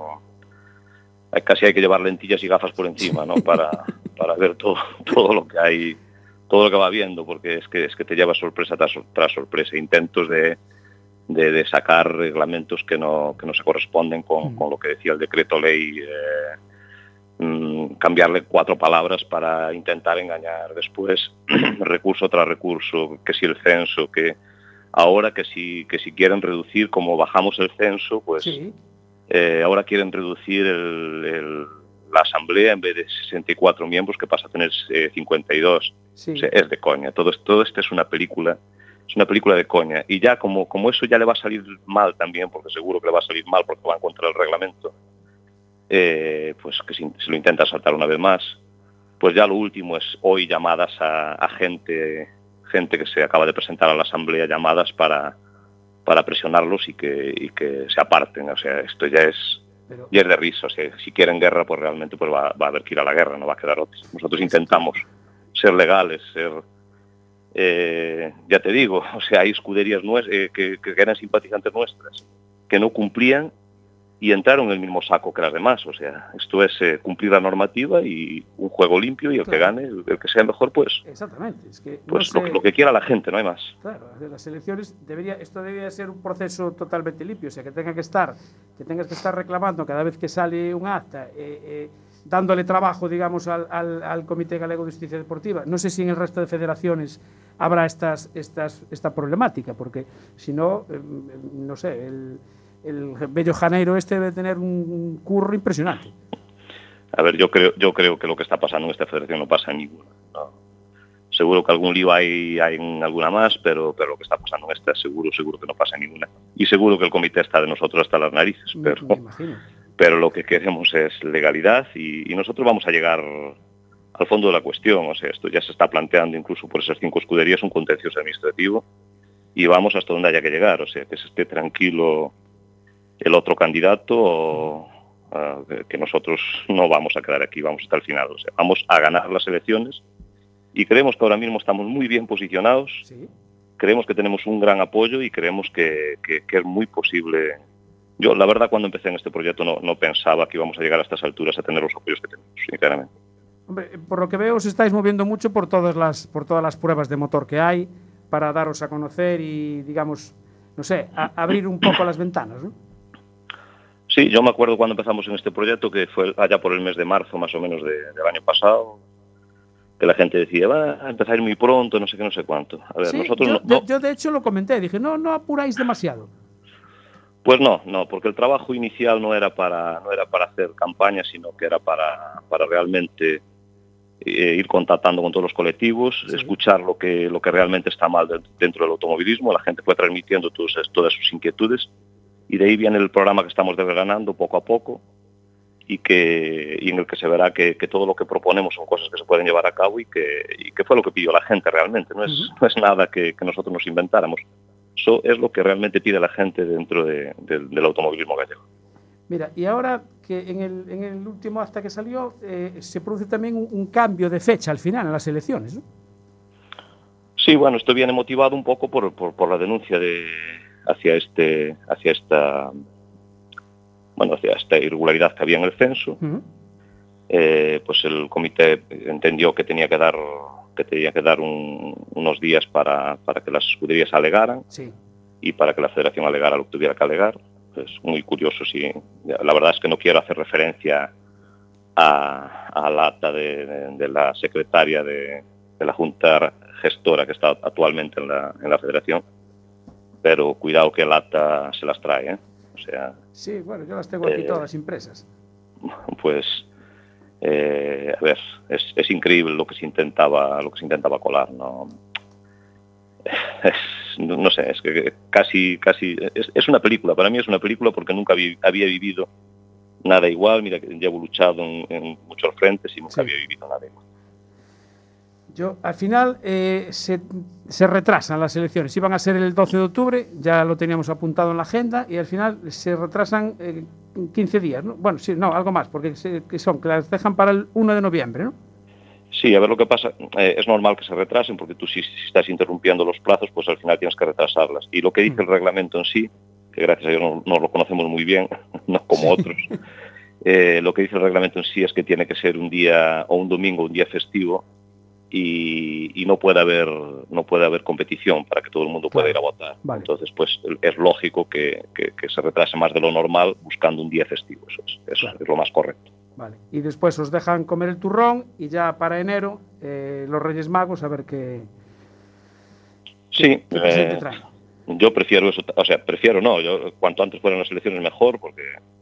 [SPEAKER 10] Casi hay que llevar lentillas y gafas por encima, ¿no? Para, para ver todo, todo lo que hay, todo lo que va viendo, porque es que, es que te lleva sorpresa tras, tras sorpresa, intentos de... De, de sacar reglamentos que no, que no se corresponden con, mm. con lo que decía el decreto ley, eh, mm, cambiarle cuatro palabras para intentar engañar después, recurso tras recurso, que si el censo, que ahora que si, que si quieren reducir, como bajamos el censo, pues sí. eh, ahora quieren reducir el, el, la asamblea en vez de sesenta y cuatro miembros, que pasa a tener eh, cincuenta y dos. Sí. O sea, es de coña, todo, todo esto es una película. Es una película de coña. Y ya como, como eso ya le va a salir mal también, porque seguro que le va a salir mal porque va en contra del reglamento, eh, pues que si, si lo intenta saltar una vez más, pues ya lo último es hoy llamadas a, a gente gente que se acaba de presentar a la asamblea, llamadas para, para presionarlos y que, y que se aparten. O sea, esto ya es, Pero... ya es de risa. O sea, si quieren guerra, pues realmente pues va, va a haber que ir a la guerra, no va a quedar otra. Nosotros intentamos ser legales, ser... Eh, ya te digo, o sea, hay escuderías nuestras, eh, que, que eran simpatizantes nuestras, que no cumplían y entraron en el mismo saco que las demás. O sea, esto es eh, cumplir la normativa y un juego limpio y el claro. que gane, el, el que sea mejor, pues,
[SPEAKER 1] exactamente. Es que
[SPEAKER 10] pues
[SPEAKER 1] no
[SPEAKER 10] lo,
[SPEAKER 1] sé...
[SPEAKER 10] lo que quiera la gente, no hay más.
[SPEAKER 1] Claro, las elecciones debería, esto debería ser un proceso totalmente limpio, o sea, que tenga que estar, que tengas que estar reclamando cada vez que sale un acta. Eh, eh, dándole trabajo, digamos, al, al, al Comité Galego de Justicia Deportiva. No sé si en el resto de federaciones habrá estas, estas, esta problemática, porque si no, eh, no sé, el, el Bello Janeiro este debe tener un curro impresionante.
[SPEAKER 10] A ver, yo creo, yo creo que lo que está pasando en esta federación no pasa en ninguna, ¿no? Seguro que algún lío hay, hay en alguna más, pero, pero lo que está pasando en esta seguro, seguro que no pasa en ninguna. Y seguro que el comité está de nosotros hasta las narices, pero...
[SPEAKER 1] Me, me imagino.
[SPEAKER 10] Pero lo que queremos es legalidad y, y nosotros vamos a llegar al fondo de la cuestión. O sea, esto ya se está planteando incluso por esas cinco escuderías un contencioso administrativo y vamos hasta donde haya que llegar. O sea, que se esté tranquilo el otro candidato o uh, que nosotros no vamos a quedar aquí, vamos hasta el final. O sea, vamos a ganar las elecciones y creemos que ahora mismo estamos muy bien posicionados. ¿Sí? Creemos que tenemos un gran apoyo y creemos que, que, que es muy posible... Yo, la verdad, cuando empecé en este proyecto no, no pensaba que íbamos a llegar a estas alturas a tener los apoyos que tenemos, sinceramente.
[SPEAKER 1] Hombre, por lo que veo, os estáis moviendo mucho por todas las, por todas las pruebas de motor que hay para daros a conocer y, digamos, no sé, a, abrir un poco las ventanas, ¿no?
[SPEAKER 10] Sí, yo me acuerdo cuando empezamos en este proyecto, que fue allá por el mes de marzo más o menos de, del año pasado, que la gente decía, va a empezar muy pronto, no sé qué, no sé cuánto. A ver,
[SPEAKER 1] sí,
[SPEAKER 10] nosotros
[SPEAKER 1] yo,
[SPEAKER 10] no,
[SPEAKER 1] de,
[SPEAKER 10] no,
[SPEAKER 1] yo de hecho lo comenté, dije, no, no apuráis demasiado.
[SPEAKER 10] Pues no, no, porque el trabajo inicial no era para, no era para hacer campaña, sino que era para, para realmente eh, ir contactando con todos los colectivos, sí. escuchar lo que, lo que realmente está mal de, dentro del automovilismo. La gente fue transmitiendo todas, todas sus inquietudes y de ahí viene el programa que estamos desgranando poco a poco y, que, y en el que se verá que, que todo lo que proponemos son cosas que se pueden llevar a cabo y que, y que fue lo que pidió la gente realmente. No es, uh-huh. no es nada que, que nosotros nos inventáramos. Eso es lo que realmente pide la gente dentro de, de, del automovilismo gallego.
[SPEAKER 1] Mira, y ahora que en el, en el último acta que salió eh, se produce también un, un cambio de fecha al final en las elecciones, ¿no?
[SPEAKER 10] Sí, bueno, esto viene motivado un poco por, por, por la denuncia de hacia este hacia esta bueno hacia esta irregularidad que había en el censo. Uh-huh. eh, pues el comité entendió que tenía que dar que tenía que dar un, unos días para, para que las escuderías alegaran
[SPEAKER 1] sí.
[SPEAKER 10] y para que la federación alegara lo que tuviera que alegar. Es muy curioso, sí. La verdad es que no quiero hacer referencia a, a la acta de, de, de la secretaria de, de la Junta Gestora que está actualmente en la, en la federación, pero cuidado que el acta se las trae, ¿eh? O sea...
[SPEAKER 1] Sí, bueno, yo las tengo aquí eh, todas impresas.
[SPEAKER 10] Pues... Eh, a ver, es, es increíble lo que se intentaba, lo que se intentaba colar, no, es, no sé, es que casi, casi, es, es una película. Para mí es una película porque nunca vi, había vivido nada igual. Mira que llevo luchado en, en muchos frentes y nunca sí. había vivido nada igual.
[SPEAKER 1] Yo, al final eh, se, se retrasan las elecciones. Iban a ser el doce de octubre, ya lo teníamos apuntado en la agenda, y al final se retrasan eh, quince días, ¿no? Bueno, sí, no, algo más, porque se, que son, que las dejan para el uno de noviembre, ¿no?
[SPEAKER 10] Sí, a ver lo que pasa, eh, es normal que se retrasen, porque tú si, si estás interrumpiendo los plazos, pues al final tienes que retrasarlas. Y lo que dice mm. el reglamento en sí, que gracias a Dios no, no lo conocemos muy bien, no como otros, eh, lo que dice el reglamento en sí es que tiene que ser un día, o un domingo, un día festivo, Y, y no puede haber no puede haber competición para que todo el mundo pueda ir a votar. Vale. Entonces, pues es lógico que, que, que se retrase más de lo normal buscando un día festivo. Eso es, eso claro. es lo más correcto.
[SPEAKER 1] Vale. Y después os dejan comer el turrón y ya para enero eh, los Reyes Magos a ver qué.
[SPEAKER 10] Sí. Qué, qué eh, traen. Yo prefiero eso, o sea, prefiero no. Yo cuanto antes fueran las elecciones mejor, porque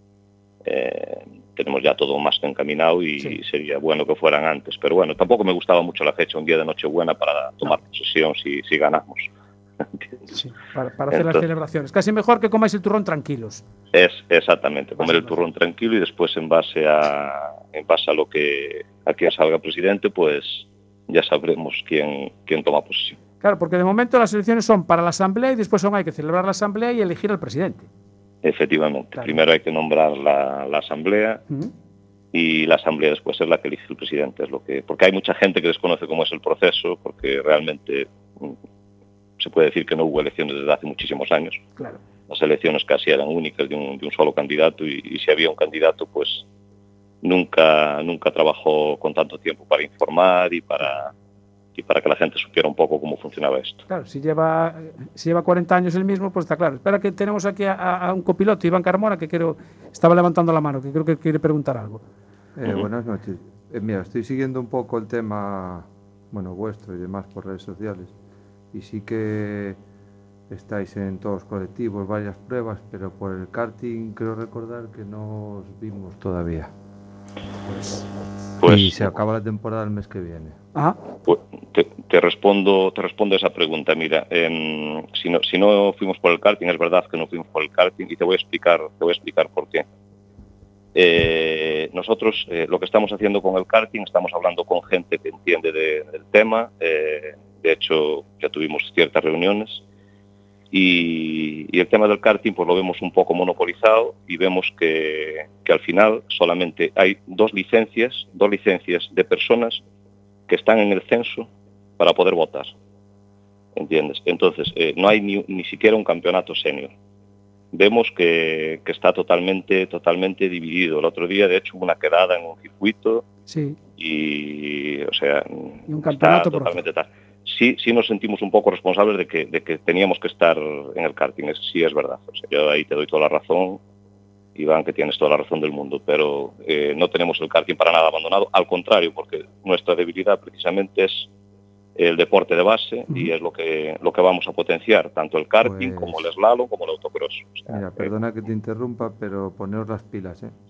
[SPEAKER 10] eh, tenemos ya todo más que encaminado y sí. sería bueno que fueran antes, pero bueno, tampoco me gustaba mucho la fecha, un día de Nochebuena para tomar no. posesión si, si ganamos.
[SPEAKER 1] Sí, para, para hacer Entonces, las celebraciones. Casi mejor que comáis el turrón tranquilos.
[SPEAKER 10] Es exactamente, comer el turrón tranquilo y después en base a en base a lo que a quien salga presidente, pues ya sabremos quién quién toma posesión.
[SPEAKER 1] Claro, porque de momento las elecciones son para la asamblea y después son hay que celebrar la asamblea y elegir al presidente.
[SPEAKER 10] Efectivamente. Claro. Primero hay que nombrar la, la asamblea uh-huh. y la asamblea después es la que elige el presidente. Es lo que, porque hay mucha gente que desconoce cómo es el proceso, porque realmente se puede decir que no hubo elecciones desde hace muchísimos años.
[SPEAKER 1] Claro.
[SPEAKER 10] Las elecciones casi eran únicas de un, de un solo candidato y, y si había un candidato, pues nunca, nunca trabajó con tanto tiempo para informar y para... y para que la gente supiera un poco cómo funcionaba esto.
[SPEAKER 1] Claro, si lleva si lleva cuarenta años el mismo, pues está claro. Espera que tenemos aquí a, a un copiloto, Iván Carmona, que creo estaba levantando la mano, que creo que quiere preguntar algo.
[SPEAKER 6] Eh, uh-huh. Buenas noches. Eh, mira, estoy siguiendo un poco el tema, bueno, vuestro y demás por redes sociales, y sí que estáis en todos los colectivos, varias pruebas, pero por el karting creo recordar que no os vimos todavía. Pues, pues, y se acaba la temporada el mes que viene.
[SPEAKER 1] Ajá.
[SPEAKER 10] Pues te, te respondo te respondo a esa pregunta. Mira, eh, si no si no fuimos por el karting, es verdad que no fuimos por el karting y te voy a explicar te voy a explicar por qué. Eh, nosotros eh, lo que estamos haciendo con el karting, estamos hablando con gente que entiende de, del tema. Eh, de hecho, ya tuvimos ciertas reuniones. Y, y el tema del karting pues lo vemos un poco monopolizado y vemos que, que al final solamente hay dos licencias, dos licencias de personas que están en el censo para poder votar, ¿entiendes? Entonces, eh, no hay ni, ni siquiera un campeonato senior. Vemos que, que está totalmente, totalmente dividido. El otro día, de hecho, hubo una quedada en un circuito
[SPEAKER 1] sí.
[SPEAKER 10] y, o sea,
[SPEAKER 1] y un campeonato
[SPEAKER 10] está totalmente tal. sí, sí nos sentimos un poco responsables de que, de que teníamos que estar en el karting, es, sí es verdad. O sea, yo ahí te doy toda la razón, Iván, que tienes toda la razón del mundo, pero eh, no tenemos el karting para nada abandonado, al contrario, porque nuestra debilidad precisamente es el deporte de base uh-huh. y es lo que lo que vamos a potenciar, tanto el karting pues... como el slalom, como el autocross. O sea,
[SPEAKER 6] mira, eh... perdona que te interrumpa, pero poneros las pilas, ¿eh?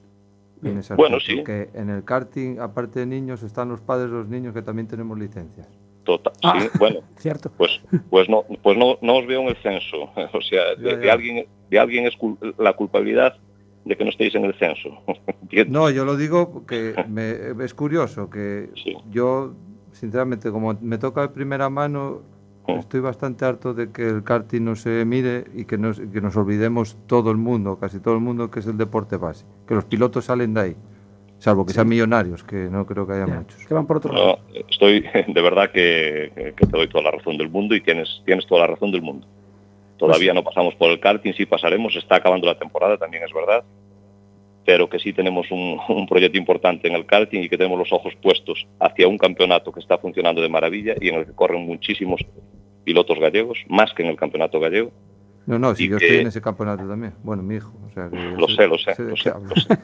[SPEAKER 6] En ese
[SPEAKER 10] bueno, sí.
[SPEAKER 6] Porque en el karting, aparte de niños, están los padres de los niños que también tenemos licencias.
[SPEAKER 10] Total, ah, sí, bueno,
[SPEAKER 1] cierto.
[SPEAKER 10] Pues, pues no, pues no, no os veo en el censo. O sea, de, de alguien, de alguien es cul la culpabilidad de que no estéis en el censo.
[SPEAKER 6] No, yo lo digo porque me, es curioso que sí. Yo, sinceramente, como me toca de primera mano, estoy bastante harto de que el karting no se mire y que nos, que nos olvidemos todo el mundo, casi todo el mundo, que es el deporte base. Que los pilotos salen de ahí, salvo que sí. sean millonarios, que no creo que haya ya, muchos.
[SPEAKER 1] Que van por otro lado.
[SPEAKER 10] No, estoy, de verdad que, que te doy toda la razón del mundo y tienes, tienes toda la razón del mundo. Todavía pues, no pasamos por el karting, sí pasaremos, está acabando la temporada, también es verdad, pero que sí tenemos un, un proyecto importante en el karting y que tenemos los ojos puestos hacia un campeonato que está funcionando de maravilla y en el que corren muchísimos pilotos gallegos, más que en el campeonato gallego.
[SPEAKER 6] No, no, si yo que... estoy en ese campeonato también. Bueno, mi hijo. O sea, que
[SPEAKER 10] lo sé, sé, lo sé, sé lo sé, lo sé.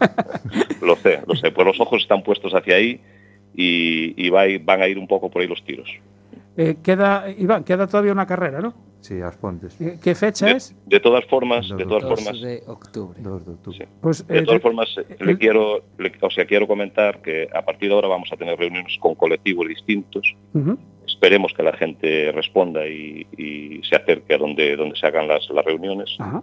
[SPEAKER 10] Lo sé, lo sé. Pues los ojos están puestos hacia ahí y, y va, van a ir un poco por ahí los tiros.
[SPEAKER 1] Eh, queda, Iván, queda todavía una carrera, ¿no?
[SPEAKER 6] Sí, Aspontes.
[SPEAKER 1] ¿Qué fecha
[SPEAKER 10] de,
[SPEAKER 1] es?
[SPEAKER 10] De todas formas, de todas
[SPEAKER 8] dos
[SPEAKER 10] formas.
[SPEAKER 8] de octubre.
[SPEAKER 6] dos de octubre.
[SPEAKER 10] Sí.
[SPEAKER 1] Pues,
[SPEAKER 10] de
[SPEAKER 1] eh,
[SPEAKER 10] todas
[SPEAKER 1] de,
[SPEAKER 10] formas, eh, le quiero, le, o sea, quiero comentar que a partir de ahora vamos a tener reuniones con colectivos distintos. Uh-huh. Esperemos que la gente responda y, y se acerque a donde, donde se hagan las, las reuniones uh-huh.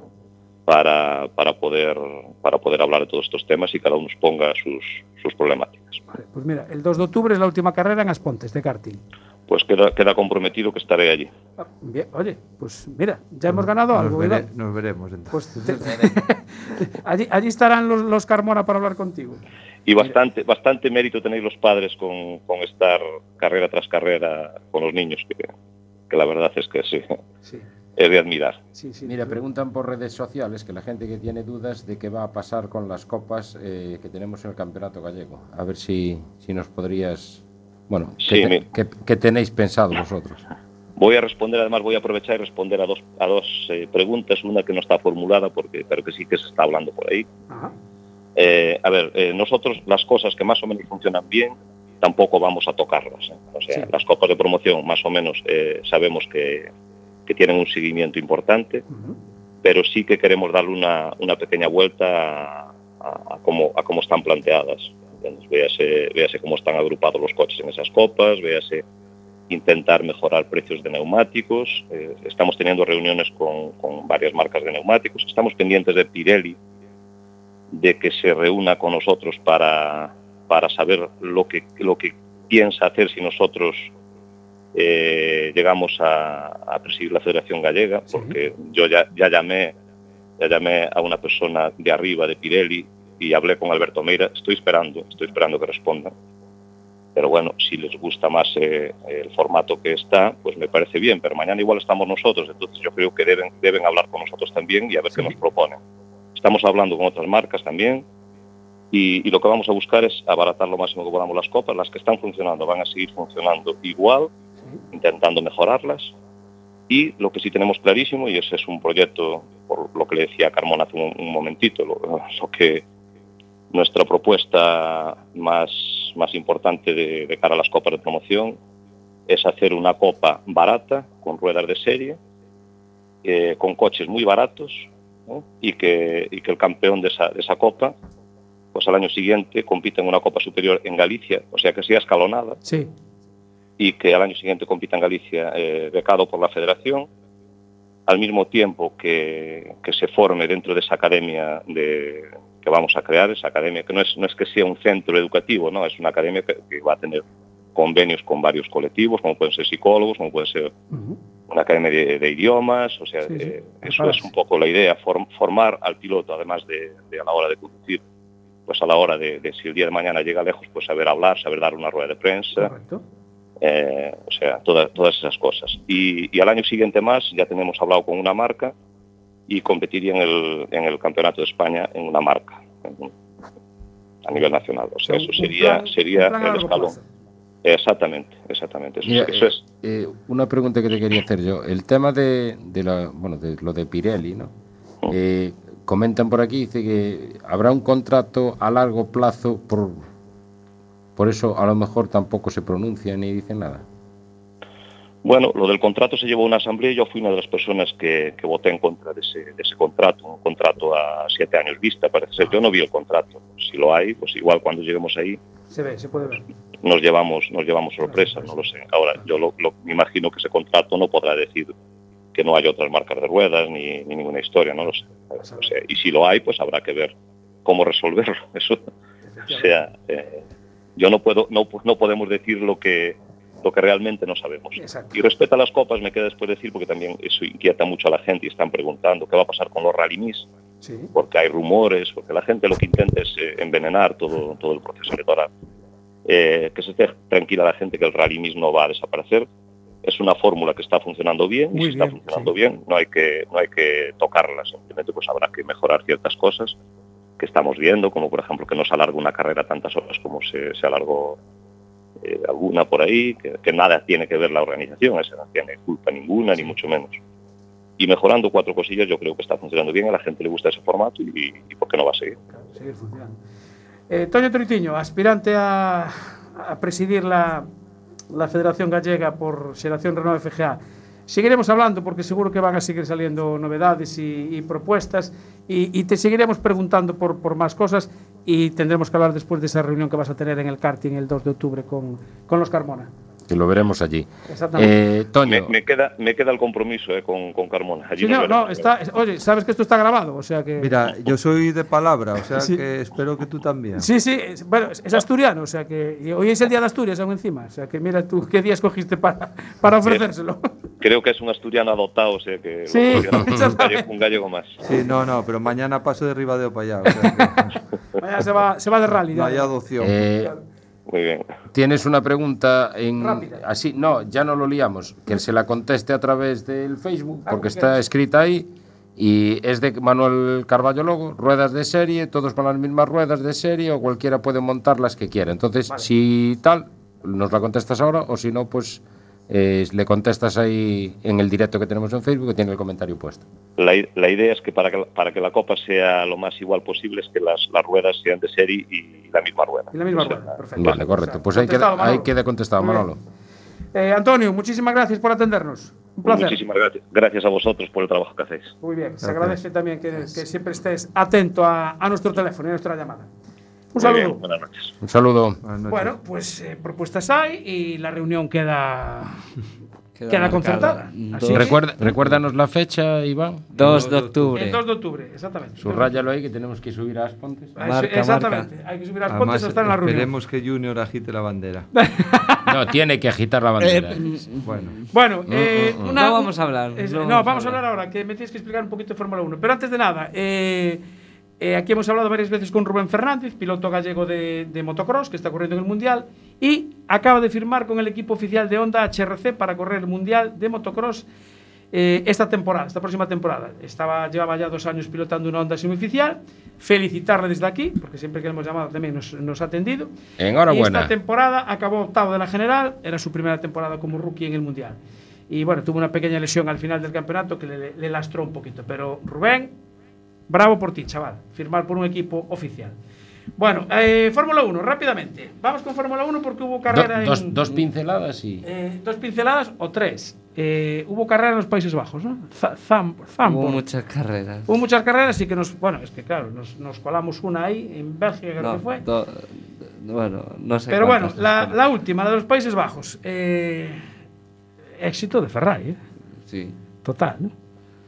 [SPEAKER 10] para, para, poder, para poder hablar de todos estos temas y cada uno ponga sus, sus problemáticas.
[SPEAKER 1] Vale, pues mira, el dos de octubre es la última carrera en Aspontes de karting.
[SPEAKER 10] Pues queda, queda comprometido que estaré allí.
[SPEAKER 1] Ah, bien, oye, pues mira, ya hemos ganado
[SPEAKER 6] nos
[SPEAKER 1] algo.
[SPEAKER 6] Veré, nos veremos entonces.
[SPEAKER 1] Pues te, allí, allí estarán los, los Carmona para hablar contigo.
[SPEAKER 10] Y bastante, bastante mérito tenéis los padres con, con estar carrera tras carrera con los niños, que, que la verdad es que sí, sí. es de admirar.
[SPEAKER 3] Sí, sí, Mira, preguntan por redes sociales que la gente que tiene dudas de qué va a pasar con las copas eh, que tenemos en el Campeonato Gallego. A ver si, si nos podrías... Bueno, ¿qué, sí, te, ¿qué, ¿qué tenéis pensado vosotros?
[SPEAKER 10] Voy a responder, además voy a aprovechar y responder a dos, a dos eh, preguntas, una que no está formulada, porque pero que sí que se está hablando por ahí. Ajá. Eh, a ver, eh, nosotros las cosas que más o menos funcionan bien, tampoco vamos a tocarlas. ¿eh? O sea, sí. Las copas de promoción más o menos eh, sabemos que, que tienen un seguimiento importante, uh-huh. pero sí que queremos darle una, una pequeña vuelta a, a, a, cómo, a cómo están planteadas. Véase, véase cómo están agrupados los coches en esas copas, véase intentar mejorar precios de neumáticos. Eh, estamos teniendo reuniones con, con varias marcas de neumáticos. Estamos pendientes de Pirelli, de que se reúna con nosotros para, para saber lo que, lo que piensa hacer si nosotros eh, llegamos a, a presidir la Federación Gallega, porque sí. yo ya, ya, llamé, ya llamé a una persona de arriba de Pirelli y hablé con Alberto Meira, estoy esperando, estoy esperando que respondan. Pero bueno, si les gusta más eh, el formato que está, pues me parece bien, pero mañana igual estamos nosotros, entonces yo creo que deben, deben hablar con nosotros también y a ver sí. qué nos proponen. Estamos hablando con otras marcas también y, y lo que vamos a buscar es abaratar lo máximo que podamos las copas. Las que están funcionando van a seguir funcionando igual, sí. intentando mejorarlas. Y lo que sí tenemos clarísimo, y ese es un proyecto, por lo que le decía Carmona hace un, un momentito, lo, lo que... Nuestra propuesta más, más importante de, de cara a las copas de promoción es hacer una copa barata, con ruedas de serie, eh, con coches muy baratos, ¿no? y, que, y que el campeón de esa, de esa copa, pues al año siguiente compita en una copa superior en Galicia, o sea que sea escalonada,
[SPEAKER 1] sí.
[SPEAKER 10] y que al año siguiente compita en Galicia eh, becado por la Federación, al mismo tiempo que, que se forme dentro de esa academia de... que vamos a crear, esa academia que no es, no es que sea un centro educativo, no, es una academia que, que va a tener convenios con varios colectivos, como pueden ser psicólogos, como puede ser uh-huh. una academia de, de idiomas, o sea, sí, sí. Eh, eso Ojalá. Es un poco la idea, form, formar al piloto, además de, de a la hora de conducir, pues a la hora de, de si el día de mañana llega lejos, pues saber hablar, saber dar una rueda de prensa, eh, o sea, toda, todas esas cosas. Y, y al año siguiente más ya tenemos hablado con una marca y competiría en el, en el Campeonato de España en una marca, en, a nivel nacional. O sea, eso sería, sería el escalón. Exactamente, exactamente. Eso,
[SPEAKER 3] Mira,
[SPEAKER 10] eso es.
[SPEAKER 3] eh, eh, una pregunta que te quería hacer yo. El tema de, de, la, bueno, de lo de Pirelli, ¿no? Eh, comentan por aquí, dice que habrá un contrato a largo plazo, por, por eso a lo mejor tampoco se pronuncia ni dicen nada.
[SPEAKER 10] Bueno, lo del contrato se llevó a una asamblea y yo fui una de las personas que, que voté en contra de ese, de ese contrato, un contrato a siete años vista, parece ser. Yo no vi el contrato. Si lo hay, pues igual cuando lleguemos ahí
[SPEAKER 1] Se ve, se puede ver.
[SPEAKER 10] nos llevamos nos llevamos sorpresas, no lo sé. Ahora, yo lo, lo, me imagino que ese contrato no podrá decir que no hay otras marcas de ruedas ni, ni ninguna historia, no lo sé. O sea, y si lo hay, pues habrá que ver cómo resolverlo. Eso, o sea, eh, yo no puedo, no, no podemos decir lo que lo que realmente no sabemos. Exacto. Y respecto a las copas, me queda después decir, porque también eso inquieta mucho a la gente y están preguntando qué va a pasar con los Rally Miss, sí. Porque hay rumores, porque la gente lo que intenta es eh, envenenar todo, todo el proceso electoral. Eh, que se esté tranquila la gente que el Rally Miss no va a desaparecer. Es una fórmula que está funcionando bien, y si está bien, funcionando sí. bien, no hay que no hay que tocarla, simplemente pues habrá que mejorar ciertas cosas que estamos viendo, como por ejemplo que no se alargue una carrera tantas horas como se, se alargó eh, alguna por ahí, que, que nada tiene que ver la organización, esa no tiene culpa ninguna, ni mucho menos. Y mejorando cuatro cosillas, yo creo que está funcionando bien, a la gente le gusta ese formato y, y ¿por qué no va a seguir?
[SPEAKER 1] Claro, seguir funcionando. Eh, Toño Troitiño, aspirante a, a presidir la, la Federación Gallega por Xeración Renault F G A. Seguiremos hablando porque seguro que van a seguir saliendo novedades y, y propuestas y, y te seguiremos preguntando por, por más cosas y tendremos que hablar después de esa reunión que vas a tener en el karting el dos de octubre con, con los Carmona.
[SPEAKER 3] Que lo veremos allí.
[SPEAKER 1] Exactamente.
[SPEAKER 3] Eh, Toño.
[SPEAKER 10] Me, me, queda, me queda el compromiso eh, con, con Carmona. Allí
[SPEAKER 1] sí, no, no, está, oye, sabes que esto está grabado, o sea que...
[SPEAKER 6] Mira, yo soy de palabra, o sea
[SPEAKER 1] sí.
[SPEAKER 6] que espero que tú también.
[SPEAKER 1] Sí, sí, bueno, es asturiano, o sea que... Y hoy es el día de Asturias aún encima, o sea que mira tú qué día escogiste para, para ofrecérselo.
[SPEAKER 10] Creo que es un asturiano adoptado, o sea que...
[SPEAKER 1] Sí,
[SPEAKER 10] un, gallego, un gallego más.
[SPEAKER 6] Sí, no, no, pero mañana paso de Ribadeo para allá. O sea que...
[SPEAKER 1] mañana se va, se va de rally.
[SPEAKER 6] No hay adopción.
[SPEAKER 3] Eh,
[SPEAKER 10] Muy bien.
[SPEAKER 3] Tienes una pregunta en
[SPEAKER 1] Rápida.
[SPEAKER 3] así, no, ya no lo liamos, que se la conteste a través del Facebook, porque está escrita ahí y es de Manuel Carballo Logo, ruedas de serie, todos con las mismas ruedas de serie o cualquiera puede montar las que quiera. Entonces, vale. Si tal, nos la contestas ahora o si no, pues eh, le contestas ahí en el directo que tenemos en Facebook que tiene el comentario puesto.
[SPEAKER 10] La, la idea es que para, que para que la copa sea lo más igual posible es que las, las ruedas sean de serie y la misma rueda.
[SPEAKER 1] Y la misma
[SPEAKER 10] o sea,
[SPEAKER 1] rueda, perfecto.
[SPEAKER 3] Vale, correcto. Pues ahí queda, ahí queda contestado, Manolo.
[SPEAKER 1] Eh, Antonio, muchísimas gracias por atendernos. Un placer.
[SPEAKER 10] Muchísimas gracias. Gracias a vosotros por el trabajo que hacéis.
[SPEAKER 1] Muy bien,
[SPEAKER 6] gracias.
[SPEAKER 1] Se agradece también que, que siempre estés atento a, a nuestro teléfono y a nuestra llamada. Un
[SPEAKER 10] Muy
[SPEAKER 1] saludo.
[SPEAKER 10] bien, buenas noches.
[SPEAKER 3] Un saludo.
[SPEAKER 1] Bueno, pues eh, propuestas hay y la reunión queda...
[SPEAKER 8] Queda,
[SPEAKER 1] queda concertada.
[SPEAKER 3] Así Recuerda, que... Recuérdanos la fecha, Iván.
[SPEAKER 8] dos de octubre.
[SPEAKER 1] El dos de octubre, exactamente.
[SPEAKER 3] Subráyalo ahí que tenemos que subir a Aspontes.
[SPEAKER 1] Marca, exactamente, marca. Hay que subir a Aspontes
[SPEAKER 6] Además,
[SPEAKER 1] a estar en la reunión.
[SPEAKER 6] Esperemos que Junior agite la bandera.
[SPEAKER 3] No, tiene que agitar la bandera.
[SPEAKER 6] Eh, bueno,
[SPEAKER 1] bueno eh,
[SPEAKER 8] mm, mm,
[SPEAKER 1] una,
[SPEAKER 8] no vamos a hablar.
[SPEAKER 1] Es,
[SPEAKER 8] no,
[SPEAKER 1] no,
[SPEAKER 8] vamos,
[SPEAKER 1] vamos
[SPEAKER 8] a
[SPEAKER 1] hablar. a hablar ahora, que me tienes que explicar un poquito de Fórmula uno. Pero antes de nada, eh, eh, aquí hemos hablado varias veces con Rubén Fernández, piloto gallego de, de motocross, que está corriendo en el Mundial, y acaba de firmar con el equipo oficial de Honda H R C para correr el Mundial de motocross eh, esta temporada, esta próxima temporada. Estaba, llevaba ya dos años pilotando una Honda semioficial. Felicitarle desde aquí, porque siempre que le hemos llamado también nos, nos ha atendido.
[SPEAKER 3] Enhorabuena.
[SPEAKER 1] Y esta temporada acabó octavo de la general, era su primera temporada como rookie en el Mundial. Y bueno, tuvo una pequeña lesión al final del campeonato que le, le lastró un poquito. Pero Rubén, bravo por ti, chaval, firmar por un equipo oficial. Bueno, eh, Fórmula uno, rápidamente. Vamos con Fórmula uno porque hubo carrera
[SPEAKER 3] Do, dos,
[SPEAKER 1] en...
[SPEAKER 3] Dos pinceladas y...
[SPEAKER 1] Eh, dos pinceladas o tres. Eh, hubo carrera en los Países Bajos, ¿no? Zam,
[SPEAKER 8] hubo muchas carreras.
[SPEAKER 1] Hubo muchas carreras y que nos... Bueno, es que claro, nos, nos colamos una ahí en Bélgica, creo
[SPEAKER 8] no,
[SPEAKER 1] que fue.
[SPEAKER 8] Do, bueno, no sé.
[SPEAKER 1] Pero bueno, la, la última, la de los Países Bajos. Eh, éxito de Ferrari, ¿eh?
[SPEAKER 8] Sí.
[SPEAKER 1] Total, ¿no?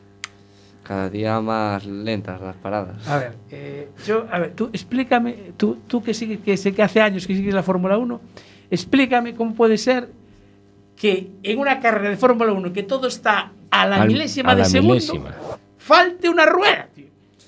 [SPEAKER 8] Cada día más lentas las paradas.
[SPEAKER 1] A ver, eh, yo, a ver, tú explícame, tú, tú que, sigue, que sé que hace años que sigues la Fórmula uno, explícame cómo puede ser que en una carrera de Fórmula uno que todo está a la Al, milésima a de la segundo, milésima. falte una rueda, tío.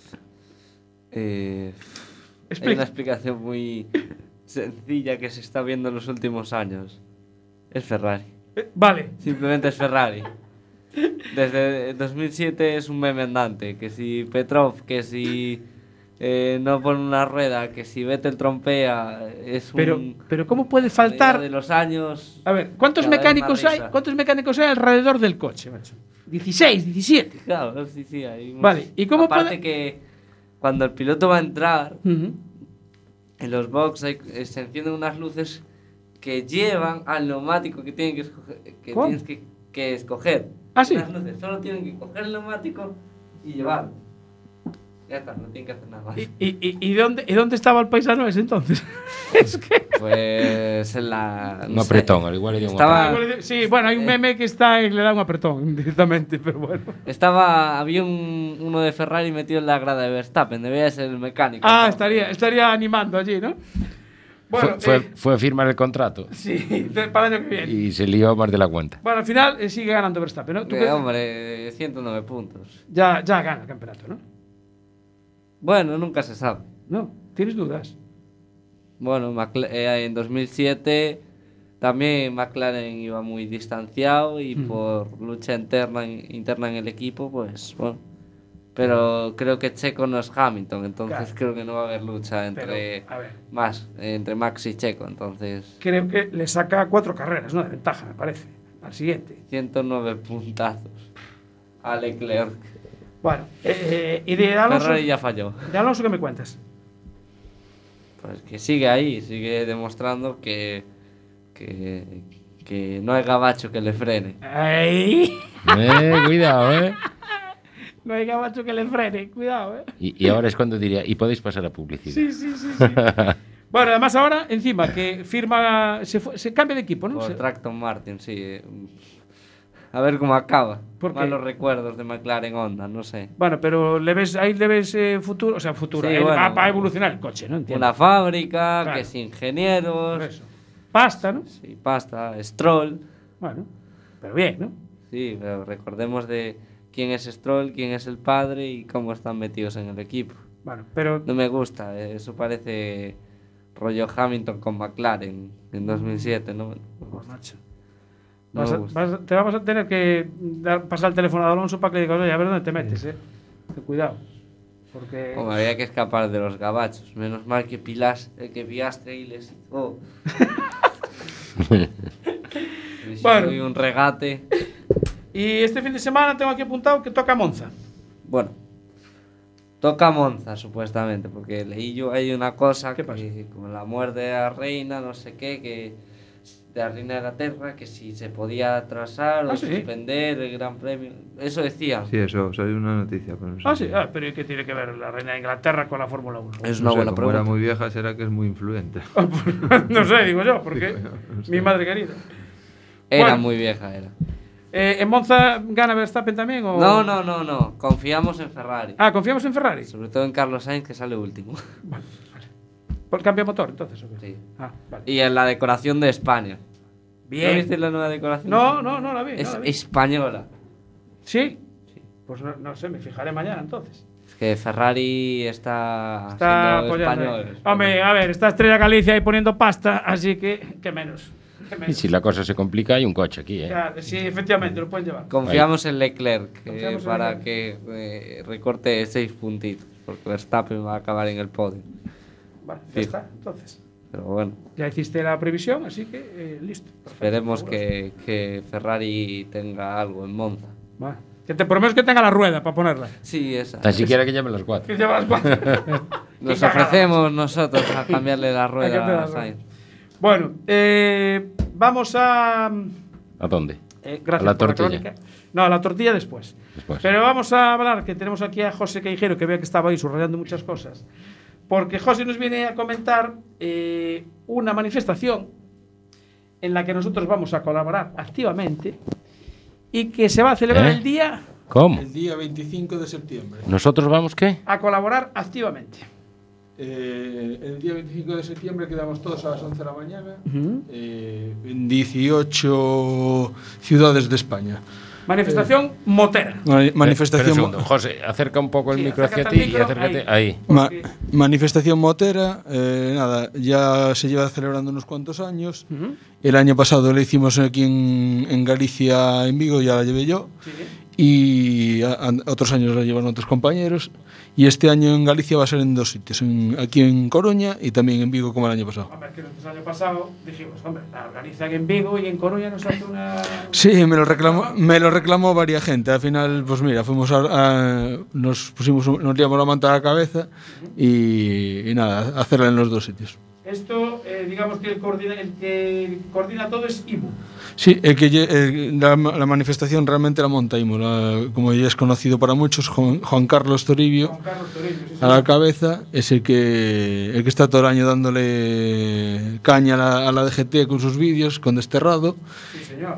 [SPEAKER 8] Eh, hay una explicación muy sencilla que se está viendo en los últimos años. Es Ferrari.
[SPEAKER 1] Eh, vale.
[SPEAKER 8] Simplemente es Ferrari. Desde dos mil siete es un meme andante, que si Petrov, que si eh, no pone una rueda, que si Vettel trompea es
[SPEAKER 1] pero,
[SPEAKER 8] un...
[SPEAKER 1] Pero ¿cómo puede faltar?
[SPEAKER 8] De los años...
[SPEAKER 1] A ver, ¿cuántos mecánicos hay? ¿Cuántos mecánicos hay alrededor del coche, macho? dieciséis, diecisiete.
[SPEAKER 8] Claro, sí, sí, hay muchos.
[SPEAKER 1] Vale, ¿y cómo
[SPEAKER 8] Aparte
[SPEAKER 1] puede...?
[SPEAKER 8] que cuando el piloto va a entrar,
[SPEAKER 1] uh-huh.
[SPEAKER 8] en los box hay, se encienden unas luces que llevan al neumático que, tienen que, escoger, que tienes que, que escoger.
[SPEAKER 1] ¿Ah, sí?
[SPEAKER 8] Las luces solo tienen que coger el neumático y llevarlo. Ya está, no tienen que hacer nada más.
[SPEAKER 1] ¿Y, y, y, dónde, ¿y dónde estaba el paisano ese entonces? Es que...
[SPEAKER 8] Pues en la...
[SPEAKER 3] No un apretón, sé, al igual le dio un
[SPEAKER 8] estaba,
[SPEAKER 3] apretón.
[SPEAKER 1] Sí, bueno, hay un meme que está y le da un apretón directamente, pero bueno.
[SPEAKER 8] Estaba, había un, uno de Ferrari metido en la grada de Verstappen, debía ser el mecánico.
[SPEAKER 1] Ah, estaría, estaría animando allí, ¿no?
[SPEAKER 3] Bueno, fue, eh, fue a firmar el contrato.
[SPEAKER 1] Sí, para el año que viene.
[SPEAKER 3] Y se lió más de la cuenta.
[SPEAKER 1] Bueno, al final eh, sigue ganando Verstappen, ¿no?
[SPEAKER 8] ¿Tú eh, hombre, ciento nueve puntos.
[SPEAKER 1] Ya, ya gana el campeonato, ¿no?
[SPEAKER 8] Bueno, nunca se sabe.
[SPEAKER 1] No, ¿tienes dudas?
[SPEAKER 8] Bueno, eh, en dos mil siete también McLaren iba muy distanciado y mm. por lucha interna, interna en el equipo, pues bueno. Pero creo que Checo no es Hamilton, entonces claro. creo que no va a haber lucha entre Pero, más entre Max y Checo, entonces...
[SPEAKER 1] Creo que le saca cuatro carreras, ¿no? De ventaja, me parece, al siguiente.
[SPEAKER 8] ciento nueve puntazos a Leclerc.
[SPEAKER 1] Bueno, eh, y de Alonso...
[SPEAKER 8] Ferrari ya falló.
[SPEAKER 1] ¿De Alonso qué me cuentas?
[SPEAKER 8] Pues que sigue ahí, sigue demostrando que, que, que no hay gabacho que le frene.
[SPEAKER 1] ¡Ay!
[SPEAKER 3] Eh, cuidado, eh.
[SPEAKER 1] No hay gabacho que le frene, cuidado, eh.
[SPEAKER 3] Y, y ahora es cuando diría, y podéis pasar a publicidad.
[SPEAKER 1] Sí, sí, sí, sí. Bueno, además ahora, encima, que firma, se, fue, se cambia de equipo, ¿no?
[SPEAKER 8] Por
[SPEAKER 1] se...
[SPEAKER 8] Tracton Martin, sí. A ver cómo acaba.
[SPEAKER 1] ¿Por qué?
[SPEAKER 8] Malos recuerdos de McLaren Honda, no sé.
[SPEAKER 1] Bueno, pero le ves, ahí le ves eh, futuro, o sea, futuro.
[SPEAKER 8] Sí,
[SPEAKER 1] Él
[SPEAKER 8] bueno,
[SPEAKER 1] va, va a evolucionar el coche, ¿no? Entiendo.
[SPEAKER 8] Una fábrica,
[SPEAKER 1] claro.
[SPEAKER 8] que es ingenieros.
[SPEAKER 1] Por eso. Pasta, ¿no?
[SPEAKER 8] Sí, pasta. Stroll.
[SPEAKER 1] Bueno, pero bien, ¿no?
[SPEAKER 8] Sí, pero recordemos de quién es Stroll, quién es el padre y cómo están metidos en el equipo.
[SPEAKER 1] Bueno, pero...
[SPEAKER 8] No me gusta, eso parece rollo Hamilton con McLaren en dos mil siete, ¿no?
[SPEAKER 1] Pues macho.
[SPEAKER 8] No
[SPEAKER 1] vas a, vas, te vamos a tener que dar, pasar el teléfono a Alonso para que le digas, oye, a ver dónde te metes, eh. Ten cuidado. Porque...
[SPEAKER 8] Como había que escapar de los gabachos. Menos mal que Pilas, el que Piastre y les hizo.
[SPEAKER 1] Bueno.
[SPEAKER 8] Y un regate.
[SPEAKER 1] Y este fin de semana tengo aquí apuntado que toca Monza.
[SPEAKER 8] Bueno, toca Monza supuestamente, porque leí yo hay una cosa
[SPEAKER 1] ¿Qué pasa?
[SPEAKER 8] que como la muerte de la reina, no sé qué, que de la reina de la Tierra, que si se podía atrasar
[SPEAKER 1] ¿Ah,
[SPEAKER 8] o
[SPEAKER 1] sí?
[SPEAKER 8] suspender el Gran Premio. Eso decían.
[SPEAKER 6] Sí, eso, salió una noticia. Pero no sé
[SPEAKER 1] Ah, sí, ah, pero ¿y qué tiene que ver la reina de Inglaterra con la Fórmula uno?
[SPEAKER 8] Es
[SPEAKER 6] no
[SPEAKER 8] una
[SPEAKER 6] sé,
[SPEAKER 8] buena
[SPEAKER 6] como
[SPEAKER 8] pregunta.
[SPEAKER 6] era muy vieja, será que es muy influente.
[SPEAKER 1] No sé, digo yo, porque
[SPEAKER 6] Digo yo, no sé.
[SPEAKER 1] mi madre querida.
[SPEAKER 8] Era
[SPEAKER 1] Bueno.
[SPEAKER 8] muy vieja, era.
[SPEAKER 1] Eh, ¿En Monza gana Verstappen también? O...
[SPEAKER 8] No, no, no, no. Confiamos en Ferrari.
[SPEAKER 1] Ah, ¿confiamos en Ferrari?
[SPEAKER 8] Sobre todo en Carlos Sainz, que sale último.
[SPEAKER 1] Vale, vale. ¿Por cambio de motor, entonces? ¿o qué?
[SPEAKER 8] Sí.
[SPEAKER 1] Ah, vale.
[SPEAKER 8] Y en la decoración de España.
[SPEAKER 1] Bien.
[SPEAKER 8] ¿No viste la nueva decoración?
[SPEAKER 1] No, no, no la vi.
[SPEAKER 8] Es
[SPEAKER 1] no la vi.
[SPEAKER 8] española.
[SPEAKER 1] ¿Sí?
[SPEAKER 8] Sí.
[SPEAKER 1] Pues no, no sé, me fijaré mañana entonces.
[SPEAKER 8] Es que Ferrari está,
[SPEAKER 1] Está
[SPEAKER 8] siendo
[SPEAKER 1] apoyando.
[SPEAKER 8] español.
[SPEAKER 1] Hombre, a ver, está Estrella Galicia ahí poniendo pasta, así que, que menos. Que
[SPEAKER 3] Y
[SPEAKER 1] menos.
[SPEAKER 3] si la cosa se complica, hay un coche aquí, ¿eh?
[SPEAKER 1] Ya, sí, efectivamente, lo pueden llevar.
[SPEAKER 8] Confiamos en Leclerc eh,
[SPEAKER 1] Confiamos en
[SPEAKER 8] para
[SPEAKER 1] Leclerc.
[SPEAKER 8] que eh, recorte seis puntitos, porque Verstappen va a acabar en el podio.
[SPEAKER 1] Vale, ya
[SPEAKER 8] Fijo.
[SPEAKER 1] está, entonces.
[SPEAKER 8] Pero bueno,
[SPEAKER 1] Ya hiciste la previsión, así que eh, listo. Perfecto,
[SPEAKER 8] esperemos
[SPEAKER 1] fabuloso.
[SPEAKER 8] que, que Ferrari tenga algo en Monza.
[SPEAKER 1] Vale. Que te, por lo menos que tenga la rueda para ponerla.
[SPEAKER 8] Sí, esa.
[SPEAKER 3] Tan siquiera que llamen las cuatro.
[SPEAKER 1] Que lleva las cuatro.
[SPEAKER 8] Nos
[SPEAKER 1] Qué cagada.
[SPEAKER 8] ofrecemos nosotros a cambiarle la
[SPEAKER 1] Hay que hacer
[SPEAKER 8] rueda
[SPEAKER 1] la
[SPEAKER 8] a
[SPEAKER 1] rueda.
[SPEAKER 8] Sainz.
[SPEAKER 1] Bueno, eh, vamos a...
[SPEAKER 3] ¿A dónde?
[SPEAKER 1] Eh, gracias
[SPEAKER 3] A la
[SPEAKER 1] por
[SPEAKER 3] tortilla.
[SPEAKER 1] crónica. No, a la tortilla después.
[SPEAKER 3] Después.
[SPEAKER 1] Pero vamos a hablar, que tenemos aquí a José Queijero, que veo que estaba ahí subrayando muchas cosas. Porque José nos viene a comentar eh, una manifestación en la que nosotros vamos a colaborar activamente y que se va a celebrar
[SPEAKER 3] ¿Eh?
[SPEAKER 1] el día
[SPEAKER 3] ¿Cómo?
[SPEAKER 5] El día veinticinco de septiembre.
[SPEAKER 3] ¿Nosotros vamos qué?
[SPEAKER 1] a colaborar activamente.
[SPEAKER 5] Eh, el día veinticinco de septiembre quedamos todos a las once de la mañana
[SPEAKER 1] Ujú.
[SPEAKER 5] eh, en dieciocho ciudades de España.
[SPEAKER 1] Manifestación motera.
[SPEAKER 5] Ma-
[SPEAKER 3] Espera
[SPEAKER 5] manifestación
[SPEAKER 3] un segundo.
[SPEAKER 5] mo-
[SPEAKER 3] José, acerca un poco el
[SPEAKER 1] Sí,
[SPEAKER 3] micro hacia
[SPEAKER 1] acércate
[SPEAKER 3] ti
[SPEAKER 1] al
[SPEAKER 3] y
[SPEAKER 1] micro,
[SPEAKER 3] acércate
[SPEAKER 1] ahí.
[SPEAKER 3] ahí.
[SPEAKER 5] ma-
[SPEAKER 1] Porque-
[SPEAKER 5] manifestación motera, eh, nada, ya se lleva celebrando unos cuantos años.
[SPEAKER 1] Ujú.
[SPEAKER 5] El año pasado la hicimos aquí en, en Galicia, en Vigo, ya la llevé yo.
[SPEAKER 1] Sí.
[SPEAKER 5] y a, a, otros años la llevan otros compañeros, y este año en Galicia va a ser en dos sitios, en, aquí en Coruña y también en Vigo como el año pasado.
[SPEAKER 1] Hombre, que nosotros el año pasado dijimos, hombre, la organizan en Vigo y en Coruña nos hace una...
[SPEAKER 5] Sí, me lo reclamó, me lo reclamó varias gente. Al final, pues mira, fuimos a, a nos pusimos, nos liamos la manta a la cabeza y, y nada, hacerla en los dos sitios.
[SPEAKER 1] Esto, eh, digamos que el, coordina, el que coordina todo es I M U.
[SPEAKER 5] Sí, el que el, la, la manifestación realmente la monta I M U, la, como ya es conocido para muchos, Juan, Juan Carlos Toribio,
[SPEAKER 1] Juan Carlos Toribio sí,
[SPEAKER 5] a la cabeza, es el que, el que está todo el año dándole caña a la, a la D G T con sus vídeos, con Desterrado.
[SPEAKER 1] Sí, señor.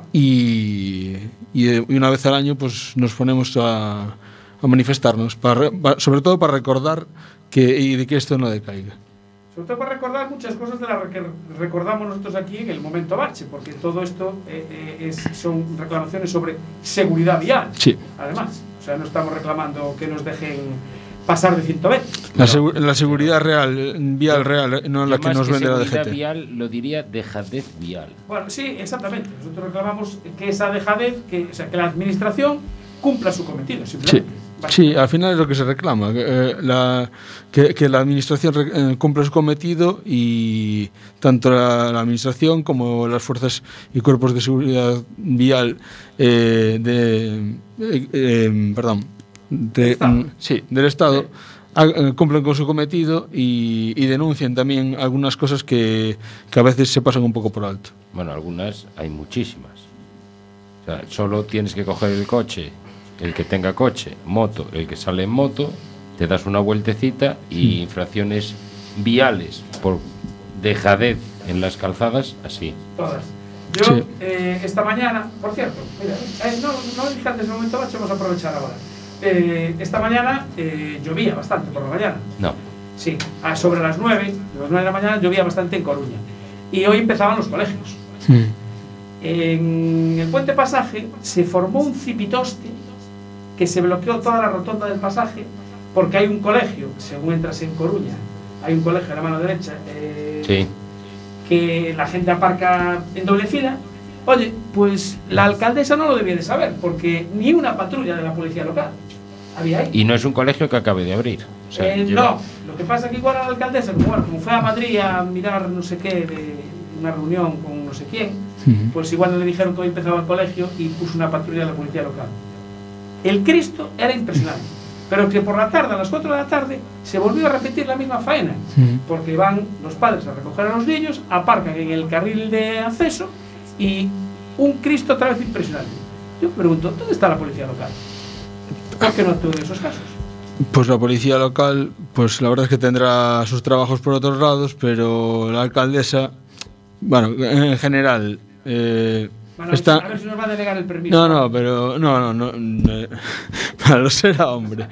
[SPEAKER 5] Y, y, y una vez al año pues nos ponemos a, a manifestarnos, para, sobre todo para recordar que, y de que esto no decaiga.
[SPEAKER 1] Sobre todo para recordar muchas cosas de las que recordamos nosotros aquí en el momento bache, porque todo esto eh, eh, es, son reclamaciones sobre seguridad vial.
[SPEAKER 5] Sí.
[SPEAKER 1] Además, o sea, no estamos reclamando que nos dejen pasar de ciento veinte.
[SPEAKER 5] La, segu la seguridad real, vial real, no la que nos vende la D G T.
[SPEAKER 3] Seguridad vial lo diría dejadez vial.
[SPEAKER 1] Bueno, sí, exactamente. Nosotros reclamamos que esa dejadez, que, o sea, que la administración cumpla su cometido, simplemente.
[SPEAKER 5] Sí. Sí, al final es lo que se reclama, eh, la, que, que la administración eh, cumpla su cometido, y tanto la, la administración como las fuerzas y cuerpos de seguridad vial eh, de, eh, eh, perdón, de, mm, sí, del Estado sí. eh, cumplen con su cometido y, y denuncian también algunas cosas que, que a veces se pasan un poco por alto.
[SPEAKER 3] Bueno, algunas hay muchísimas. O sea, solo tienes que coger el coche. El que tenga coche, moto, el que sale en moto, te das una vueltecita y infracciones viales por dejadez en las calzadas, así.
[SPEAKER 1] Todas. Yo, sí. eh, esta mañana, por cierto, mira, eh, no, no dije antes el momento bache, vamos a aprovechar ahora. Eh, esta mañana eh, llovía bastante por la mañana.
[SPEAKER 3] No.
[SPEAKER 1] Sí, a sobre las nueve, las nueve de la mañana llovía bastante en Coruña. Y hoy empezaban los colegios.
[SPEAKER 5] Sí.
[SPEAKER 1] En el puente Pasaje se formó un cipitoste que se bloqueó toda la rotonda del Pasaje porque hay un colegio, según entras en Coruña, hay un colegio a la mano derecha eh,
[SPEAKER 3] sí.
[SPEAKER 1] que la gente aparca en doble fila. Oye, pues la alcaldesa no lo debía de saber, porque ni una patrulla de la policía local había ahí.
[SPEAKER 3] Y no es un colegio que acabe de abrir. O sea,
[SPEAKER 1] eh,
[SPEAKER 3] yo...
[SPEAKER 1] No, lo que pasa es que igual a la alcaldesa, como, bueno, como fue a Madrid a mirar no sé qué, de una reunión con no sé quién, uh-huh. pues igual no le dijeron que hoy empezaba el colegio y puso una patrulla de la policía local. El Cristo era impresionante, pero que por la tarde, a las cuatro de la tarde, se volvió a repetir la misma faena, sí. porque van los padres a recoger a los niños, aparcan en el carril de acceso y un Cristo otra vez impresionante. Yo me pregunto, ¿dónde está la policía local? ¿Por qué no actúa en esos casos?
[SPEAKER 5] Pues la policía local, pues la verdad es que tendrá sus trabajos por otros lados, pero la alcaldesa, bueno, en general... Eh,
[SPEAKER 1] Bueno,
[SPEAKER 5] está...
[SPEAKER 1] A ver si nos va a delegar el permiso.
[SPEAKER 5] No, no, pero no, no, no, no para lo será, hombre.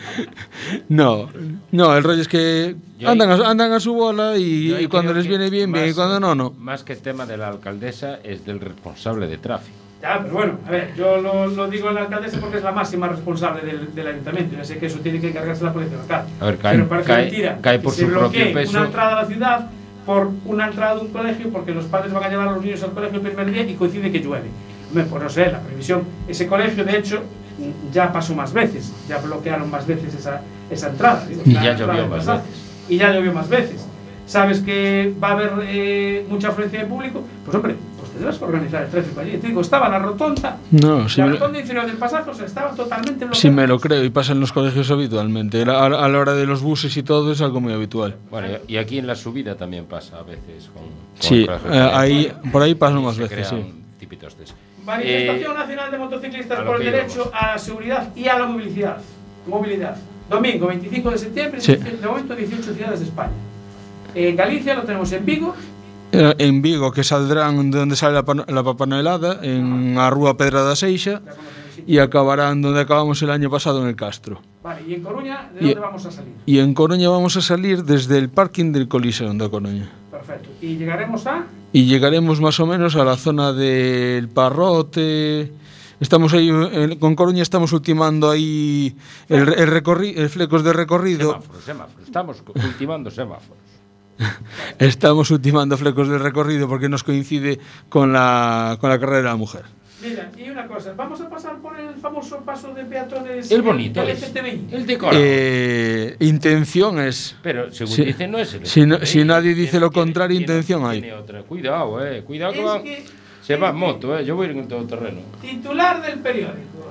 [SPEAKER 5] No, no, el rollo es que andan a, andan a su bola y, y cuando les viene bien, bien, y cuando no, no.
[SPEAKER 3] Más que el tema de la alcaldesa es del responsable de tráfico.
[SPEAKER 1] Ya, pero bueno, a ver, yo lo, lo digo a la alcaldesa porque es la máxima responsable del, del ayuntamiento. Yo sé que eso tiene que encargarse la policía local.
[SPEAKER 3] A ver, cae,
[SPEAKER 1] pero parece
[SPEAKER 3] cae,
[SPEAKER 1] mentira
[SPEAKER 3] cae por
[SPEAKER 1] que
[SPEAKER 3] su
[SPEAKER 1] se
[SPEAKER 3] propio peso.
[SPEAKER 1] Una entrada a la ciudad por una entrada de un colegio porque los padres van a llevar a los niños al colegio el primer día y coincide que llueve. Pues no sé, la previsión. Ese colegio, de hecho, ya pasó más veces, ya bloquearon más veces esa, esa entrada. Digo,
[SPEAKER 3] y ya llovió más veces.
[SPEAKER 1] Y ya llovió más veces. ¿Sabes que va a haber eh, mucha afluencia de público? Pues hombre, pues tendrás que organizar el tráfico allí. Te digo, estaba la rotonda,
[SPEAKER 5] no, si
[SPEAKER 1] la
[SPEAKER 5] me...
[SPEAKER 1] rotonda inferior del Pasaje, o sea, estaba totalmente bloqueada.
[SPEAKER 5] Sí, me lo creo, y pasa en los colegios habitualmente. A, a la hora de los buses y todo es algo muy habitual.
[SPEAKER 3] Bueno, y aquí en la subida también pasa a veces. Con, con
[SPEAKER 5] sí, eh, ahí, por ahí pasan más veces, sí.
[SPEAKER 3] Tipitostes.
[SPEAKER 1] Manifestación eh, Nacional de Motociclistas por el derecho íbamos. a la seguridad y a la movilidad. Movilidad. Domingo veinticinco de septiembre, sí. de momento dieciocho ciudades de España. En Galicia lo tenemos en Vigo.
[SPEAKER 5] Eh, en Vigo, que saldrán de donde sale la, la Papanoelada, en a Rúa Pedra da Seixa, y acabarán donde acabamos el año pasado, en el Castro.
[SPEAKER 1] Vale, ¿y en Coruña de dónde y, vamos a salir?
[SPEAKER 5] Y en Coruña vamos a salir desde el parking del Coliseo de Coruña.
[SPEAKER 1] Perfecto. ¿Y llegaremos a...?
[SPEAKER 5] Y llegaremos más o menos a la zona del Parrote. Estamos ahí, en, con Coruña estamos ultimando ahí el, el, recorri, el flecos de recorrido.
[SPEAKER 3] Semáforos, semáforos. Estamos ultimando semáforos.
[SPEAKER 5] Estamos ultimando flecos de recorrido porque nos coincide con la, con la carrera de la mujer.
[SPEAKER 1] Mira, y una cosa, vamos a pasar por el famoso paso de peatones.
[SPEAKER 3] El bonito,
[SPEAKER 1] L
[SPEAKER 3] es.
[SPEAKER 1] G T B I.
[SPEAKER 3] El decorado.
[SPEAKER 5] Eh, intención es.
[SPEAKER 3] Pero según
[SPEAKER 5] si,
[SPEAKER 3] dicen, no es el
[SPEAKER 5] si, no-
[SPEAKER 3] L G T B I,
[SPEAKER 5] si nadie dice
[SPEAKER 3] tiene-
[SPEAKER 5] lo contrario,
[SPEAKER 3] tiene-
[SPEAKER 5] intención hay.
[SPEAKER 3] tiene otra. Cuidado, eh. Cuidado que,
[SPEAKER 1] Es
[SPEAKER 3] va,
[SPEAKER 1] que-
[SPEAKER 3] se va
[SPEAKER 1] es
[SPEAKER 3] en moto, eh. Yo voy a ir en todo terreno.
[SPEAKER 1] Titular del periódico.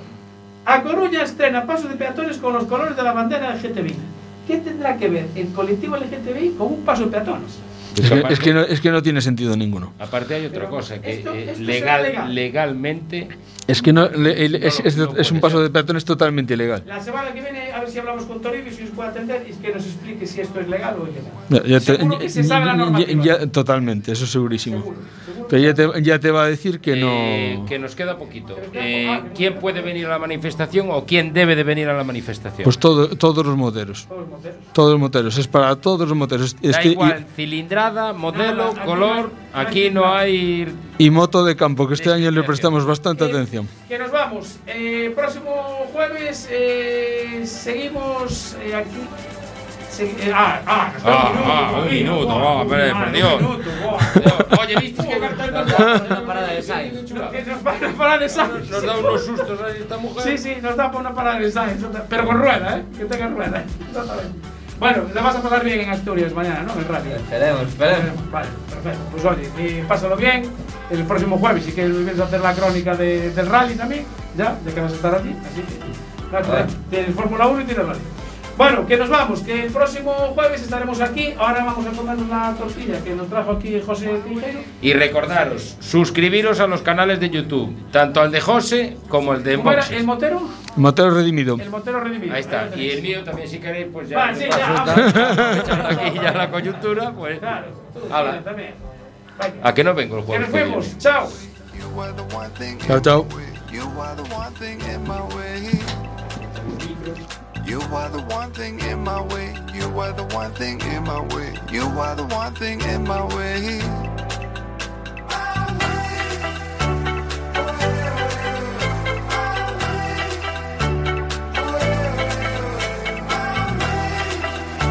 [SPEAKER 1] A Coruña estrena paso de peatones con los colores de la bandera L G T B I. ¿Qué tendrá que ver el colectivo L G T B I con un paso de peatones?
[SPEAKER 5] Es que, es, que no, es que no tiene sentido ninguno.
[SPEAKER 3] Aparte hay otra cosa, que
[SPEAKER 1] esto-
[SPEAKER 3] eh,
[SPEAKER 1] esto
[SPEAKER 3] legal,
[SPEAKER 1] será legal.
[SPEAKER 3] legalmente
[SPEAKER 5] Es que no, le- el- es,
[SPEAKER 3] No lo-
[SPEAKER 5] es-
[SPEAKER 3] no
[SPEAKER 5] es
[SPEAKER 3] puede
[SPEAKER 5] un paso
[SPEAKER 3] ser.
[SPEAKER 5] de peatones totalmente ilegal.
[SPEAKER 1] La semana que viene, a ver si hablamos con Toribio, si nos puede atender y que nos explique si esto es legal o ilegal.
[SPEAKER 5] Ya, ya te-
[SPEAKER 1] Seguro que se sabe la
[SPEAKER 5] ya-
[SPEAKER 1] normativa.
[SPEAKER 5] ya- totalmente, eso segurísimo.
[SPEAKER 1] Seguro, seguro.
[SPEAKER 5] Pero ya te, ya te va a decir que
[SPEAKER 3] eh,
[SPEAKER 5] no.
[SPEAKER 3] que nos queda poquito.
[SPEAKER 1] nos queda
[SPEAKER 3] Eh,
[SPEAKER 1] poco. Ah, que nos
[SPEAKER 3] ¿Quién
[SPEAKER 1] queda
[SPEAKER 3] puede venir a la manifestación o quién debe de venir a la manifestación?
[SPEAKER 5] Pues todo, todos los moteros.
[SPEAKER 1] Todos los moteros.
[SPEAKER 5] Todos los moteros, es para todos los moteros. Es
[SPEAKER 3] da
[SPEAKER 5] que,
[SPEAKER 3] igual, cilindrada, modelo,
[SPEAKER 1] Nada, aquí
[SPEAKER 3] color.
[SPEAKER 1] no hay-
[SPEAKER 3] Aquí no hay.
[SPEAKER 5] y, y moto de campo, que este año le
[SPEAKER 3] Discriminación.
[SPEAKER 5] prestamos bastante
[SPEAKER 1] Eh,
[SPEAKER 5] atención.
[SPEAKER 1] Que nos vamos. Eh, próximo jueves eh, seguimos eh, aquí. Segui- eh, ah, ah, nos queda
[SPEAKER 3] Ah,
[SPEAKER 1] un minuto,
[SPEAKER 3] ah, un
[SPEAKER 1] todavía,
[SPEAKER 3] minuto,
[SPEAKER 1] buah,
[SPEAKER 3] va,
[SPEAKER 1] un
[SPEAKER 3] pero,
[SPEAKER 1] minuto,
[SPEAKER 3] por
[SPEAKER 1] un
[SPEAKER 3] Dios.
[SPEAKER 1] minuto, buah.
[SPEAKER 3] Oye, ¿viste qué cartel nos
[SPEAKER 8] Una parada de Sainz.
[SPEAKER 1] Que nos van a parar de Sainz.
[SPEAKER 3] Nos da unos sustos ahí esta mujer.
[SPEAKER 1] Sí, sí, nos da por una parada de Sainz. Pero con rueda, ¿eh? Que tenga rueda. Exactamente. Bueno, le vas a pasar bien en Asturias mañana, ¿no? En el radio.
[SPEAKER 8] Esperemos, esperemos.
[SPEAKER 1] Vale, perfecto. Pues oye, y pásalo bien. El próximo jueves, si quieres, vienes a hacer la crónica de- del rally también, ya, ya que vas a estar allí. Así que, no hay problema. Tienes Fórmula uno y tienes rally. Bueno, que nos vamos, que el próximo jueves estaremos aquí. Ahora vamos a comernos la tortilla que nos trajo aquí José Tijero.
[SPEAKER 3] Y recordaros, suscribiros a los canales de YouTube, tanto al de José como el de
[SPEAKER 1] ¿Cómo era?
[SPEAKER 3] Boxes.
[SPEAKER 1] ¿El motero?
[SPEAKER 5] Motero redimido.
[SPEAKER 1] El motero redimido.
[SPEAKER 3] Ahí está.
[SPEAKER 1] lo
[SPEAKER 3] Y
[SPEAKER 1] tenéis.
[SPEAKER 3] el mío también, si queréis, pues ya.
[SPEAKER 1] Va,
[SPEAKER 3] me
[SPEAKER 1] sí,
[SPEAKER 3] paso
[SPEAKER 1] ya,
[SPEAKER 3] tal,
[SPEAKER 1] vamos.
[SPEAKER 3] echando aquí ya la coyuntura, pues.
[SPEAKER 1] Claro, tú
[SPEAKER 3] Ala.
[SPEAKER 1] tienes también. Venga.
[SPEAKER 3] ¿A que no vengo el
[SPEAKER 1] Que
[SPEAKER 3] jueves?
[SPEAKER 1] nos
[SPEAKER 3] que viene?
[SPEAKER 1] vemos. Chao.
[SPEAKER 2] You are the one thing
[SPEAKER 5] Chao,
[SPEAKER 2] in
[SPEAKER 5] chao.
[SPEAKER 2] my way. You are the one thing in my way. You are the one thing in my way. You are the one thing in my way. You are the one thing in my way.